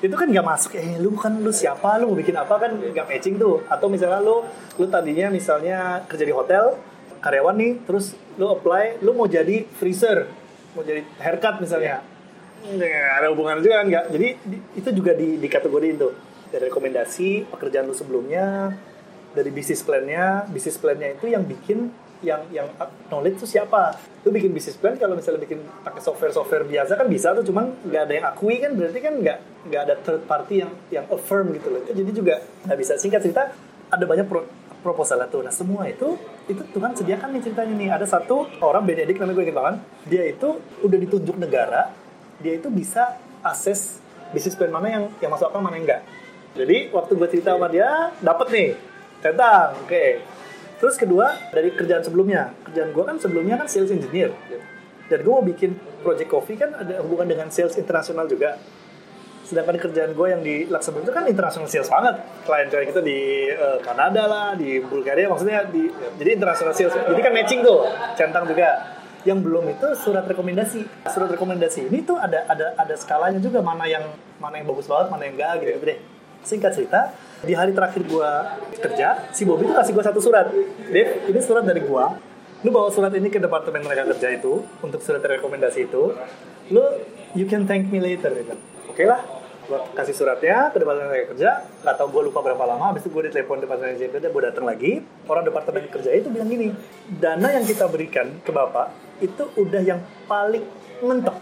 itu kan nggak masuk. Eh lu kan lu siapa, lu mau bikin apa, kan nggak matching tuh. Atau misalnya lu lu tadinya misalnya kerja di hotel, karyawan nih, terus lu apply, lu mau jadi freezer, mau jadi haircut misalnya, nggak ada hubungan juga kan, nggak. Jadi itu juga di di kategoriin tuh, dari rekomendasi pekerjaan lu sebelumnya, dari bisnis plan-nya. Bisnis plan-nya itu yang bikin yang yang knowledge itu siapa. Lu bikin bisnis plan kalau misalnya bikin pakai software-software biasa kan bisa tuh, cuman nggak ada yang akui kan, berarti kan nggak nggak ada third party yang yang affirm gitu loh. Itu jadi juga nggak bisa. Singkat cerita, ada banyak pro, proposal tuh. Nah semua itu itu Tuhan sediakan nih ceritanya nih. Ada satu orang, Benedict namanya, gue ingat banget, dia itu udah ditunjuk negara, dia itu bisa akses bisnis plan mana yang yang masuk akal, mana yang enggak. Jadi waktu gue cerita sama dia, dapet nih, tentang, oke. Okay. Terus kedua, dari kerjaan sebelumnya, kerjaan gue kan sebelumnya kan sales engineer, dan gue mau bikin project coffee kan ada hubungan dengan sales internasional juga. Sedangkan kerjaan gue yang di Luxembourg itu kan international sales banget, klien-klien kita di uh, Kanada lah, di Bulgaria, maksudnya di, jadi international sales. Jadi kan matching tuh, centang juga. Yang belum itu surat rekomendasi. Surat rekomendasi ini tuh ada ada ada skalanya juga, mana yang mana yang bagus banget, mana yang enggak gitu, gitu deh. Singkat cerita, di hari terakhir gue kerja, si Bobby tuh kasih gue satu surat. Dev, ini surat dari gue. Lu bawa surat ini ke departemen mereka kerja itu, untuk surat rekomendasi itu. Lu, you can thank me later. Gitu. Oke lah, gue kasih suratnya ke departemen mereka kerja. Gak tau gue lupa berapa lama, habis itu gue ditelepon departemen kerja, gue datang lagi. Orang departemen kerja itu bilang gini, dana yang kita berikan ke bapak, itu udah yang paling mentok.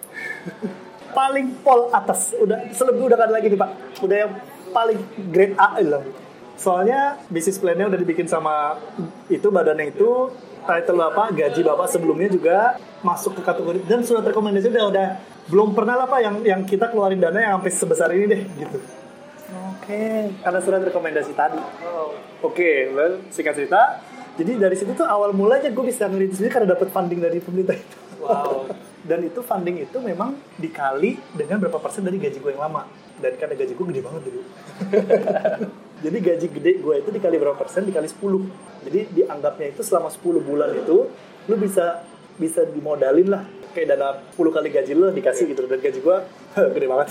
Paling pol atas. Udah, selebih udah gak ada lagi nih pak. Udah yang paling grade A lah. Soalnya bisnis plan-nya udah dibikin sama itu, badannya itu, title bapak, gaji bapak sebelumnya juga masuk ke kategori, dan surat rekomendasi udah udah belum pernah lah pak yang yang kita keluarin dana yang sampai sebesar ini deh gitu. Oke, okay. Karena surat rekomendasi tadi. Oh. Oke, okay. Well, singkat cerita, jadi dari situ tuh awal mulanya gue bisa ngerintis sendiri karena dapat funding dari pemerintah itu. Wow. Dan itu funding itu memang dikali dengan berapa persen dari gaji gue yang lama. Dan karena gaji gue gede banget dulu. Jadi gaji gede gue itu dikali berapa persen, dikali sepuluh. Jadi dianggapnya itu selama sepuluh bulan itu lu bisa bisa dimodalin lah. Kayak dana sepuluh kali gaji lu dikasih gitu. Dan gaji gue gede banget.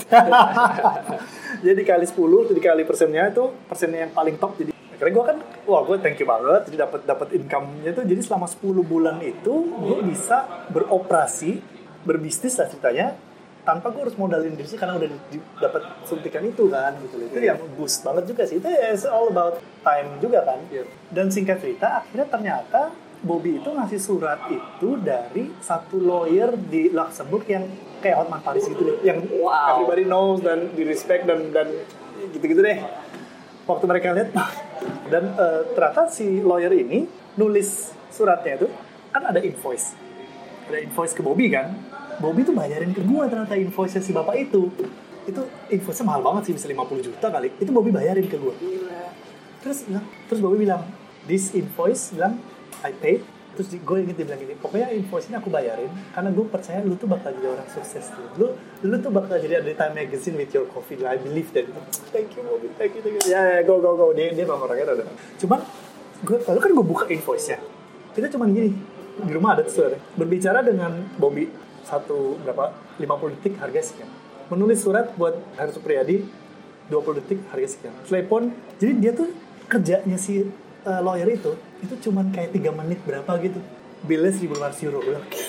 Jadi dikali sepuluh, dikali persennya itu persennya yang paling top. Jadi akhirnya gue kan, wah gue thank you banget. Jadi dapat dapat income-nya itu. Jadi selama sepuluh bulan itu gue bisa beroperasi, berbisnis lah ceritanya, tanpa gue harus modalin diri sih, karena udah dapat suntikan itu kan gitu. Itu yang boost banget juga sih. Itu it's all about time juga kan. Yeah. Dan singkat cerita, akhirnya ternyata Bobby itu ngasih surat itu dari satu lawyer di Luxembourg yang kayak Hotman Paris gitu deh, yang wow. Everybody knows dan di respect dan dan gitu-gitu deh. Waktu mereka lihat, dan uh, ternyata si lawyer ini nulis suratnya itu kan ada invoice, ada invoice ke Bobby kan. Bobby tuh bayarin ke gue ternyata invoice-nya si bapak itu. Itu invoice-nya mahal banget sih, bisa lima puluh juta kali. Itu Bobby bayarin ke gue. Terus terus Bobby bilang, this invoice, bilang, I paid. Terus gue inget dia bilang gini, pokoknya invoice ini aku bayarin karena gue percaya lu tuh bakal jadi orang sukses tuh. Lu, lu tuh bakal jadi ada di Time Magazine with your coffee. I believe that. Thank you Bobby, thank you, thank you. Ya, yeah, go, go, go. Dia, dia memang orangnya udah. Cuman, gue, lalu kan gue buka invoice-nya. Kita cuman gini, di rumah ada tuh suratnya. Berbicara dengan Bobby, satu berapa lima puluh detik harga sekian, menulis surat buat Hari Supriyadi dua puluh detik harga sekian, telepon. Jadi dia tuh kerjanya si uh, lawyer itu itu cuman kayak tiga menit berapa gitu, bilnya seribu lima ratus euro.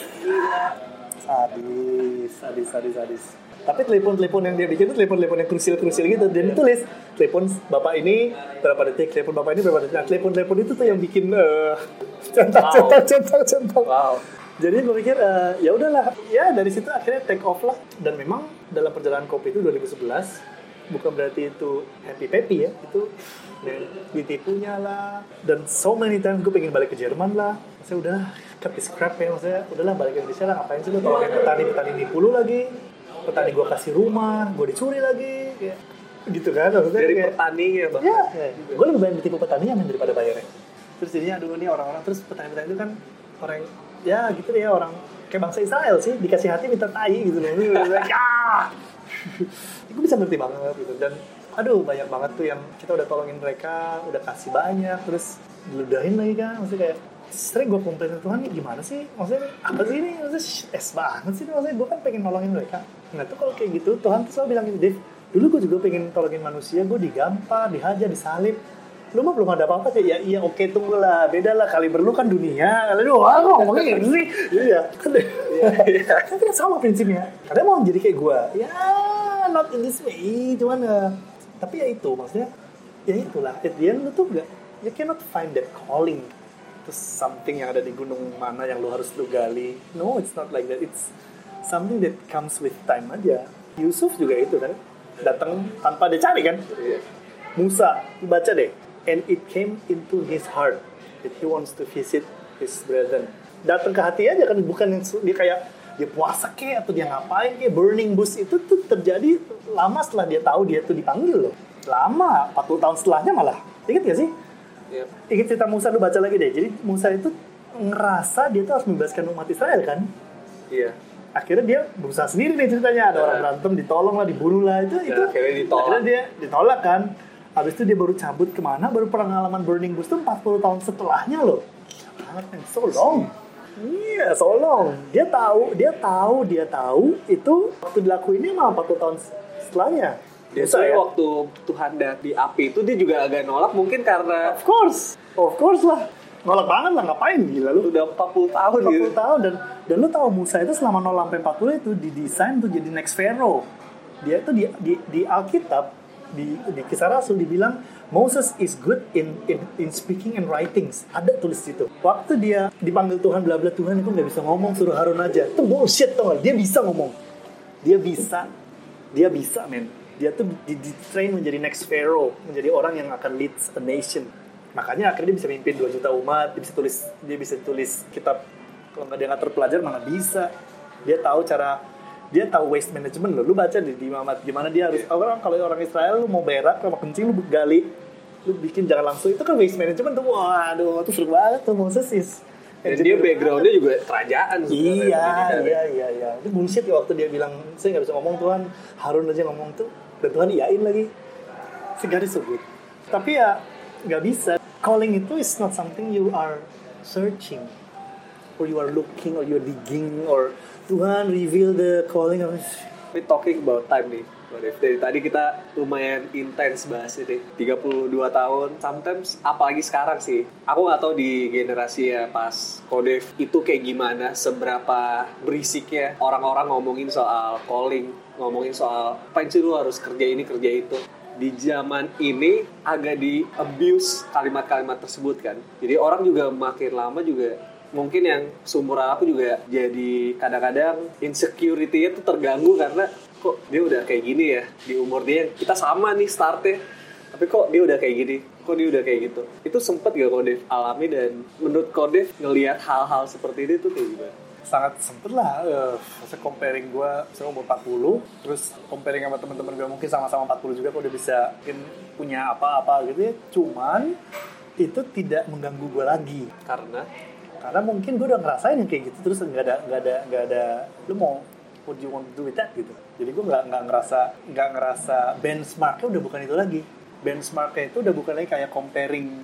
sadis sadis sadis sadis tapi telepon-telepon yang dia bikin itu telepon-telepon yang krusial-krusial gitu, dan ditulis telepon bapak ini berapa detik, telepon bapak ini berapa detik. Nah, telepon-telepon itu tuh yang bikin uh, centang, wow. centang centang centang wow. Jadi gue pikir uh, ya udahlah, ya dari situ akhirnya take off lah. Dan memang dalam perjalanan kopi itu dua ribu sebelas, bukan berarti itu happy peppy ya, itu ditipunya lah. Dan so many times gue pengen balik ke Jerman lah. Maksudnya udah cut the scrap ya, maksudnya udahlah balik ke Indonesia lah, ngapain sih lu tolongin petani petani nipu lu lagi, petani gue kasih rumah, gue dicuri lagi, ya. Gitu kan maksudnya dari kayak, petani ya bang. Ya, ya. Gue lebih banyak ditipu petaninya daripada bayarnya. Terus jadinya aduh ini orang-orang, terus petani-petani itu kan orang ya gitu deh ya, orang kayak bangsa Israel sih, dikasih hati minta tai gitu loh. Ya, gue bisa ngerti banget gitu. Dan aduh banyak banget tuh yang kita udah tolongin mereka, udah kasih banyak, terus diludahin lagi kan. Maksudnya kayak sering gue komplain ke Tuhan, gimana sih, maksudnya apa sih ini, maksudnya es banget sih, maksudnya gue kan pengen nolongin mereka. Nah tuh kalau kayak gitu Tuhan tuh selalu bilang gitu, Dev, Dulu gue juga pengen tolongin manusia, gue digampar, dihajar, disalib. Lu mah belum ada apa-apa sih. Ya iya oke tunggu lah, beda lah kaliber lu kan dunia. Kalian wah ngomongnya gitu sih. Iya. Kan iya. Kan sama prinsipnya. Kalian mau jadi kayak gue. Ya not in this way, cuman uh, tapi ya itu maksudnya ya itulah. At the end lu tuh gak, you cannot find that calling. Itu something yang ada di gunung mana yang lu harus lu gali. No, it's not like that. It's something that comes with time aja. Yusuf juga itu kan datang tanpa dicari kan. Musa, baca deh. And it came into his heart that he wants to visit his brethren. Datang ke hati aja kan, bukan yang dia kayak dia puasa kek atau dia ngapain kek. Burning bush itu tuh terjadi lama setelah dia tahu dia tuh dipanggil loh. Lama, empat puluh tahun setelahnya malah. Ingat gak sih? Yep. Ingat cerita Musa, lu baca lagi deh. Jadi Musa itu ngerasa dia tuh harus membebaskan umat Israel kan? Iya. Akhirnya dia berusaha sendiri nih ceritanya. Ada orang berantem, ditolong lah, dibunuh lah. Itu, itu. Akhirnya ditolak. Akhirnya dia ditolak kan. Habis itu dia baru cabut kemana? Baru pengalaman burning bush tuh empat puluh tahun setelahnya loh. So long. Iya, yeah, so long. Dia tahu, dia tahu, dia tahu itu waktu dilakuinnya mah empat puluh tahun setelahnya. Biasanya ya? Waktu Tuhan di api itu dia juga agak nolak mungkin karena of course, of course lah. Nolak banget lah, ngapain gila lu. Udah empat puluh tahun empat puluh gitu. tahun dan dan lu tahu Musa itu selama nol sampai empat puluh itu didesain tuh jadi next Pharaoh. Dia itu di di, di Alkitab di di Kisah Rasul dibilang Moses is good in in in speaking and writings. Ada tulis situ. Waktu dia dipanggil Tuhan bla bla Tuhan itu enggak bisa ngomong, suruh Harun aja. Itu bullshit tau gak? Dia bisa ngomong. Dia bisa. Dia bisa, men. Dia tuh di, di train menjadi next Pharaoh, menjadi orang yang akan lead a nation. Makanya akhirnya dia bisa mimpin dua juta umat, dia bisa tulis dia bisa tulis kitab. Kalau nggak dia nggak terpelajar mana bisa. Dia tahu cara, dia tahu waste management loh. Lu baca di, di Muhammad gimana dia harus orang kalau orang Israel lu mau berak sama kencing lu gali, lu bikin jangan langsung, itu kan waste management tuh. Waduh, itu seru banget tuh Moses is. Dan dia backgroundnya juga kerajaan. Iya, iya, iya, iya. Itu bullshit ya waktu dia bilang saya nggak bisa ngomong Tuhan, Harun aja ngomong tuh. Dan Tuhan iyain lagi. Segala so good. Tapi ya nggak bisa. Calling itu is not something you are searching, or you are looking, or you are digging, or Tuhan reveal the calling of. We talking about time nih. Dari tadi kita lumayan intens bahas ini. tiga puluh dua tahun. Sometimes apalagi sekarang sih. Aku nggak tahu di generasi ya pas Kodev itu kayak gimana, seberapa berisiknya orang-orang ngomongin soal calling, ngomongin soal apain sih lu harus kerja ini kerja itu. Di zaman ini agak di abuse kalimat-kalimat tersebut kan. Jadi orang juga makin lama juga mungkin yang seumuran aku juga jadi kadang-kadang insecurity-nya tuh terganggu karena kok dia udah kayak gini ya di umur dia, kita sama nih startnya, tapi kok dia udah kayak gini, kok dia udah kayak gitu. Itu sempet gak Kodev alami, dan menurut Kodev ngelihat hal-hal seperti ini tuh kayak gimana? Sangat sempet lah, uh, maksudnya comparing gue, saya umur empat puluh, terus comparing sama teman-teman gue mungkin sama-sama empat puluh juga, kok udah bisa mungkin punya apa-apa gitu ya. Cuman itu tidak mengganggu gue lagi. Karena? Karena mungkin gue udah ngerasain yang kayak gitu, terus nggak ada nggak ada nggak ada, lu mau what do you want to do with that gitu. Jadi gue nggak nggak ngerasa nggak ngerasa benchmarknya udah bukan itu lagi. Benchmarknya itu udah bukan lagi kayak comparing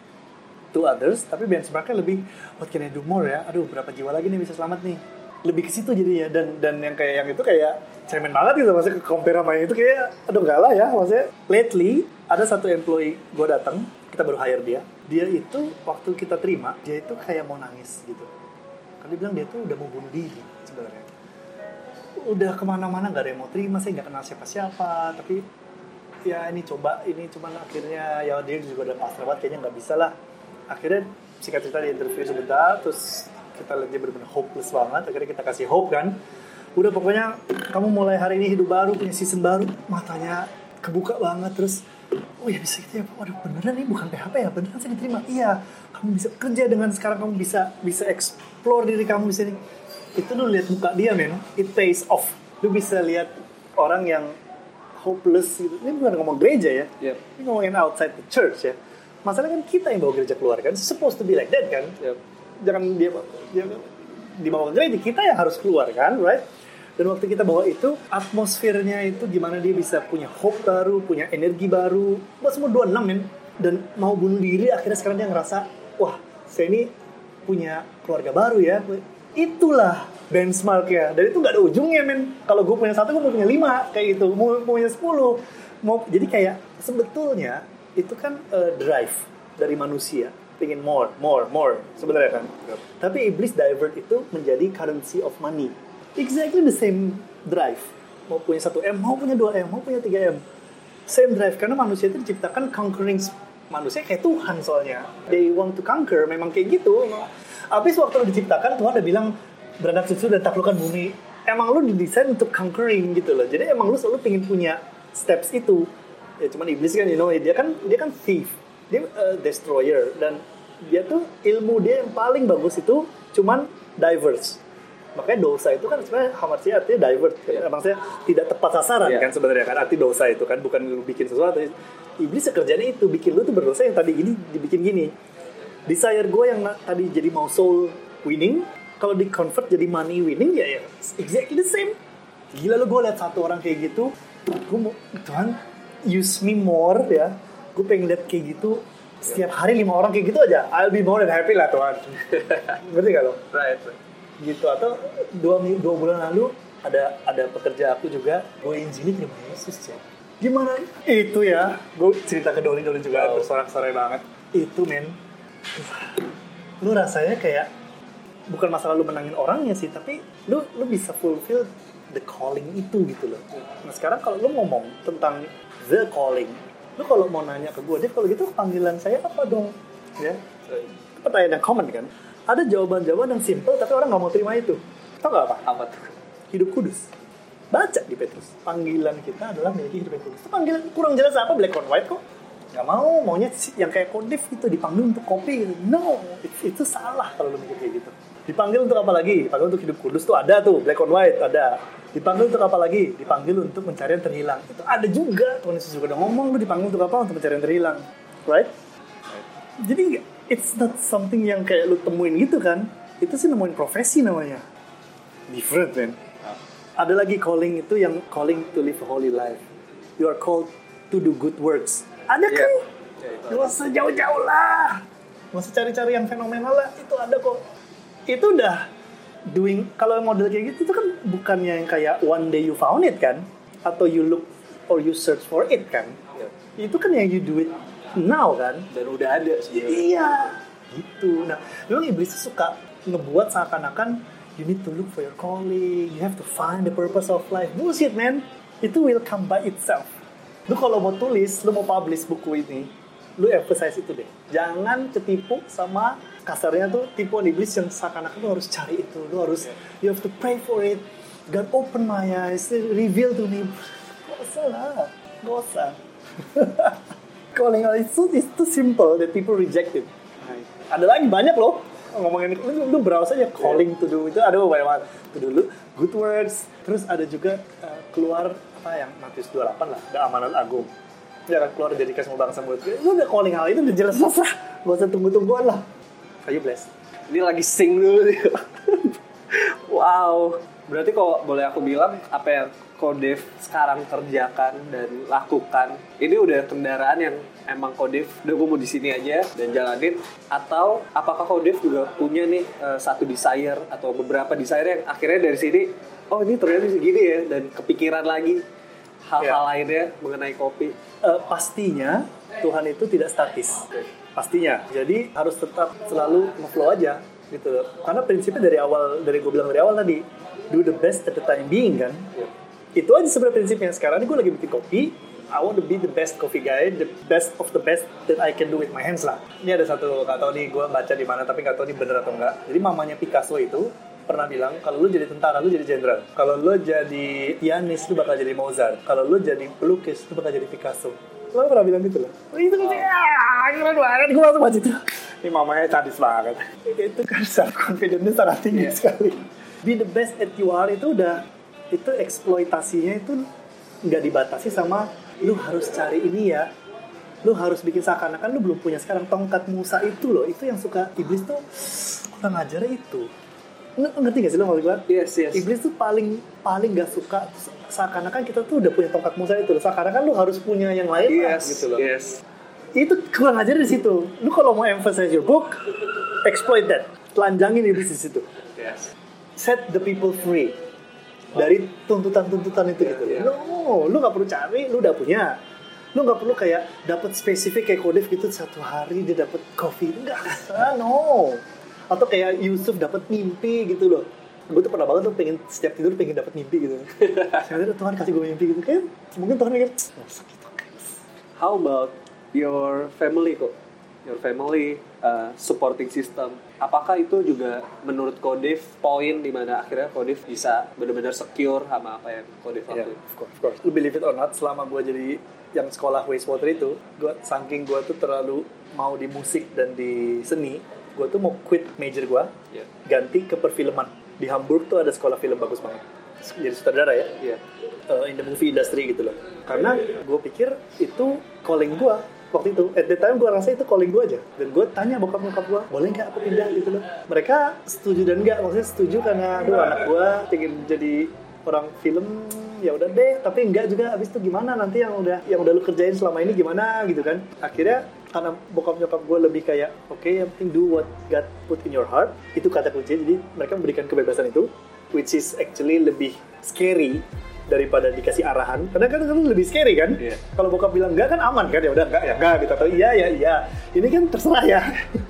to others, tapi benchmarknya lebih what can I do more ya. Aduh berapa jiwa lagi nih bisa selamat nih. Lebih ke situ jadinya, dan dan yang kayak yang itu kayak cemen banget gitu, maksudnya compare sama yang itu kayak aduh enggak lah ya. Maksudnya lately ada satu employee gue datang, kita baru hire dia. Dia itu waktu kita terima, dia itu kayak mau nangis gitu. Karena dia bilang dia tuh udah mau bunuh diri sebenarnya. Udah kemana-mana gak ada yang mau terima, saya gak kenal siapa-siapa, tapi ya ini coba, ini cuman akhirnya ya dia juga udah pasrah banget, kayaknya gak bisa lah. Akhirnya singkat cerita di interview sebentar, terus kita lihat dia benar-benar hopeless banget, akhirnya kita kasih hope kan. Udah pokoknya kamu mulai hari ini hidup baru, punya season baru, matanya kebuka banget, terus oh ya bisa gitu ya, waduh beneran nih bukan P H P ya, beneran saya diterima. Iya, kamu bisa kerja dengan sekarang, kamu bisa bisa explore diri kamu di sini. Itu lu lihat muka dia men, it pays off. Lu bisa lihat orang yang hopeless gitu. Ini bukan ngomong gereja ya, yep. Ini ngomongin outside the church ya. Masalahnya kan kita yang bawa gereja keluar kan, it's supposed to be like that kan. Yep. Jangan dia, dia dibawa ke gereja, kita yang harus keluar kan, right? Dan waktu kita bawa itu, atmosfernya itu gimana dia bisa punya hope baru, punya energi baru. Buat semua dua puluh enam men, dan mau bunuh diri, akhirnya sekarang dia ngerasa, wah saya ini punya keluarga baru ya. Itulah benchmarknya. Dan itu nggak ada ujungnya, men. Kalau gue punya satu, gue mau punya lima kayak gitu, mau punya sepuluh. Mau jadi kayak sebetulnya itu kan uh, drive dari manusia, pengen more, more, more sebenarnya kan. Yep. Tapi iblis divert itu menjadi currency of money. Exactly the same drive. Mau punya satu M, mau punya dua M, mau punya tiga M. Same drive, karena manusia itu diciptakan conquering. Manusia kayak Tuhan soalnya. They want to conquer, memang kayak gitu. Habis waktu lo diciptakan, Tuhan udah bilang beranak susu dan taklukkan bumi. Emang lo didesain untuk conquering gitu loh. Jadi emang lo selalu pengen punya steps itu. Ya cuman iblis kan, you know, dia kan dia kan thief, dia uh, destroyer, dan dia tuh ilmu dia yang paling bagus itu cuman diverse. Makanya dosa itu kan sebenarnya hamarnya artinya divert, yeah. Maksudnya tidak tepat sasaran, yeah. Kan sebenarnya kan arti dosa itu kan bukan lu bikin sesuatu. Iblis kerjanya itu bikin lu tuh berdosa yang tadi gini dibikin gini. Desire gue yang tadi jadi mau soul winning, kalau di convert jadi money winning ya ya exactly the same. Gila lu, gue liat satu orang kayak gitu, gue mau Tuhan use me more ya. Gue pengen liat kayak gitu setiap hari lima orang kayak gitu aja. I'll be more than happy lah Tuhan. Ngerti gak lo? Right. Gitu. Atau dua, dua bulan lalu ada ada pekerja aku juga gue injili terima Yesus ya. Gimana itu ya, gue cerita ke Doli Doli juga wow. Bersorak-sorai banget itu, men. Lu rasanya kayak bukan masalah lu menangin orangnya sih, tapi lu lu bisa fulfill the calling itu gitu loh. Nah sekarang kalau lu ngomong tentang the calling, lu kalau mau nanya ke gue, dia kalau gitu panggilan saya apa dong ya, itu pertanyaan yang common kan. Ada jawaban-jawaban yang simple tapi orang nggak mau terima itu. Tahu nggak apa? Apa tuh? Hidup kudus. Baca di Petrus. Panggilan kita adalah memiliki hidup yang kudus. Itu panggilan kurang jelas apa, black and white kok. Nggak mau, maunya yang kayak Kodif gitu, dipanggil untuk kopi gitu. No, itu, itu salah kalau lu mikir kayak gitu. Dipanggil untuk apa lagi? Dipanggil untuk hidup kudus tuh ada tuh, black and white ada. Dipanggil untuk apa lagi? Dipanggil untuk mencari yang terhilang. Itu ada juga. Tuhan Yesus juga udah ngomong, lu dipanggil untuk apa? Untuk mencari yang terhilang. Right? Jadi it's not something yang kayak lu temuin gitu kan. Itu sih nemuin profesi namanya. Different, man. Ada lagi calling itu yang calling to live a holy life. You are called to do good works. Ada kan? Yeah. Gak usah jauh-jauh lah. Gak usah cari-cari yang fenomenal lah. Itu ada kok. Itu udah doing. Kalau model kayak gitu itu kan bukannya yang kayak one day you found it kan? Atau you look or you search for it kan? Yeah. Itu kan yang you do it now kan? Dan udah ada sebenarnya. Iya. Gitu. Nah, memang iblis suka ngebuat seakan-akan you need to look for your calling, you have to find the purpose of life. Bullshit, man. Itu will come by itself. Lu kalau mau tulis, lu mau publish buku ini, lu emphasize itu deh. Jangan ketipu sama kasarnya tuh tipuan iblis yang seakan-akan lu harus cari itu, lu harus you have to pray for it. God open my eyes, reveal to me. Gak usah lah, gak usah. Calling itu it's too simple that people reject it. Ada lagi banyak loh. Ngomongin lu, lu browse aja calling to do itu ada banyak banget. To do good works. Terus ada juga uh, keluar apa yang Matius dua puluh delapan lah, ada amanat agung. Ya kan keluar jadi kasih bangsa murid. Lu udah calling hal itu udah jelas lah. Gak usah tunggu-tungguan lah. Are you blessed? Ini lagi sing dulu. Wow. Berarti kalau boleh aku bilang apa yang Kodef sekarang kerjakan dan lakukan ini udah kendaraan yang emang Kodef udah gue mau di sini aja dan jalanin, atau apakah Kodef juga punya nih uh, satu desire atau beberapa desire yang akhirnya dari sini oh ini ternyata segini ya, dan kepikiran lagi hal-hal yeah. lainnya mengenai kopi. Uh, pastinya Tuhan itu tidak statis. Pastinya. Jadi harus tetap selalu nge-flow aja gitu. Karena prinsipnya dari awal, dari gue bilang dari awal tadi, do the best at the time being kan. Yeah. Itu aja sebenarnya prinsipnya. Sekarang ini gue lagi bikin kopi, I want to be the best coffee guy, the best of the best that I can do with my hands lah. Ini ada satu, gak tau nih gue baca di mana, tapi gak tau nih bener atau enggak. Jadi mamanya Picasso itu pernah bilang, kalau lu jadi tentara, lu jadi jenderal. Kalau lu jadi pianis, lu bakal jadi Mozart. Kalau lu jadi pelukis, lu bakal jadi Picasso. Lu pernah bilang gitu loh. Oh, itu kan, ya, keren banget. Gue langsung baca itu. Ini mamanya sadis banget. Itu kan self confidence-nya sangat tinggi yeah. sekali. Be the best at you are itu udah, itu eksploitasinya itu nggak dibatasi sama lu harus cari ini ya, lu harus bikin seakan-akan lu belum punya sekarang. Tongkat Musa itu loh, itu yang suka iblis tuh kurang ajar itu. Ngerti gak sih lo maksud gue? Yes, yes. Iblis tuh paling paling gak suka seakan-akan kita tuh udah punya tongkat Musa itu loh. Seakan-akan lu harus punya yang lain yes, lah gitu loh. Yes. Itu kurang ajar di situ. Lu kalau mau emphasize your book, exploit that. Telanjangin iblis di situ. Yes. set the people free dari tuntutan-tuntutan itu gitu. Yeah, yeah. No, lu nggak perlu cari, lu udah punya. Lu nggak perlu kayak dapat spesifik kayak Kodef gitu satu hari dia dapat coffee, enggak. Ah, no. Atau kayak Yusuf dapat mimpi gitu loh. Gue tuh pernah banget tuh pengen setiap tidur pengen dapat mimpi gitu. Sebenarnya Tuhan kasih gue mimpi gitu kan. Mungkin Tuhan mikir, oh, gitu. How about your family kok? Your family uh, supporting system. Apakah itu juga menurut Kodef poin di mana akhirnya Kodef bisa benar-benar secure sama apa yang Kodef Yeah, lakuin? of course, of course. Lu believe it or not, selama gue jadi yang sekolah wastewater itu, gue saking gue tuh terlalu mau di musik dan di seni, gue tuh mau quit major gue, Yeah. ganti ke perfilman. Di Hamburg tuh ada sekolah film bagus banget. Jadi sutradara ya, Yeah. uh, in the movie industry gitu loh. Karena gue pikir itu calling gue waktu itu. At that time gue rasa itu calling gue aja. Dan gue tanya bokap nyokap gue, boleh nggak aku pindah gitu loh. Mereka setuju dan nggak, maksudnya setuju karena aduh anak gue pengen jadi orang film, ya udah deh. Tapi enggak juga, abis itu gimana nanti yang udah yang udah lu kerjain selama ini gimana gitu kan. Akhirnya karena bokap nyokap gue lebih kayak oke, okay, yang penting do what God put in your heart, itu kata kunci. Jadi mereka memberikan kebebasan itu, which is actually lebih scary daripada dikasih arahan, karena kan itu lebih scary kan. Yeah. Kalau bokap bilang enggak kan aman kan, ya udah enggak ya enggak gitu, atau iya ya iya. Ini kan terserah ya.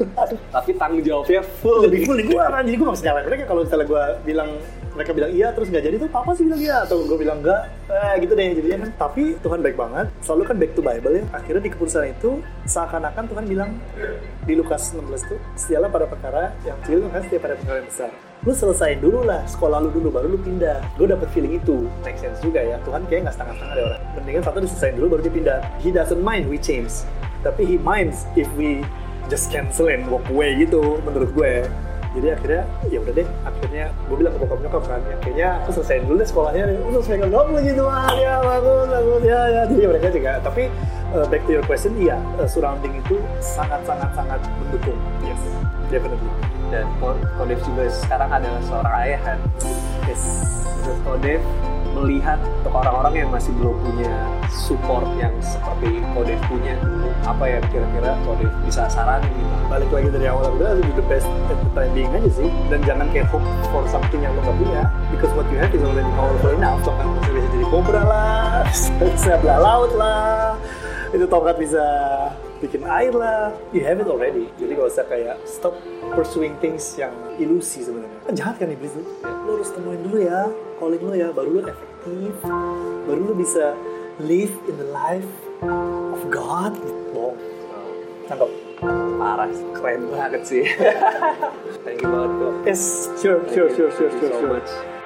Tapi tanggung jawabnya full. Lebih full di gue kan, jadi gue masih nyalain mereka kalau misalnya gue bilang, mereka bilang iya terus nggak jadi tuh papa sih bilang iya, atau gue bilang enggak, eh, gitu deh jadinya kan. Tapi Tuhan baik banget, selalu kan back to Bible ya. Akhirnya di keputusan itu seakan-akan Tuhan bilang di Lukas enam belas tuh, setialah pada perkara yang kecil, maka setia pada perkara yang besar. Lu selesain dulu lah sekolah lu dulu, baru lu pindah. Gue dapet feeling itu, make sense juga ya. Tuhan kayak nggak setengah-setengah deh orang. Mendingan satu diselesain dulu baru dia pindah. He doesn't mind we change, tapi he minds if we just cancel and walk away gitu, menurut gue. Jadi akhirnya ya udah deh, akhirnya gue bilang ke bokap nyokap kan, ya kayaknya aku selesaiin dulu deh sekolahnya, lu selesaikan dulu puji Tuhan, ya bagus bagus ya ya. Jadi mereka juga, tapi uh, back to your question, iya uh, surrounding itu sangat sangat sangat mendukung, yes, definitely. Dan Kodef juga sekarang adalah seorang ayah kan. Yes. Menurut Kodef melihat untuk orang-orang yang masih belum punya support yang seperti Kodef punya, apa yang kira-kira Kodef bisa saranin gitu? Balik lagi dari awal udah do the best at the time being aja sih, dan jangan kayak hope for something yang lo gak punya, because what you have is already powerful enough. Tongkat bisa bisa jadi kobra lah, bisa belah laut lah, itu tongkat bisa bikin air lah, you have it already. Jadi gak usah kayak stop pursuing things yang ilusi sebenarnya. Kan jahat kan iblis tuh. Lo harus temuin dulu ya calling lo ya, baru lo efektif, baru lo bisa live in the life of God. Bohong. Nangkep. Parah, keren banget sih. Thank you banget kok. Yes, sure, sure, sure, sure, Thank you sure, so sure. much.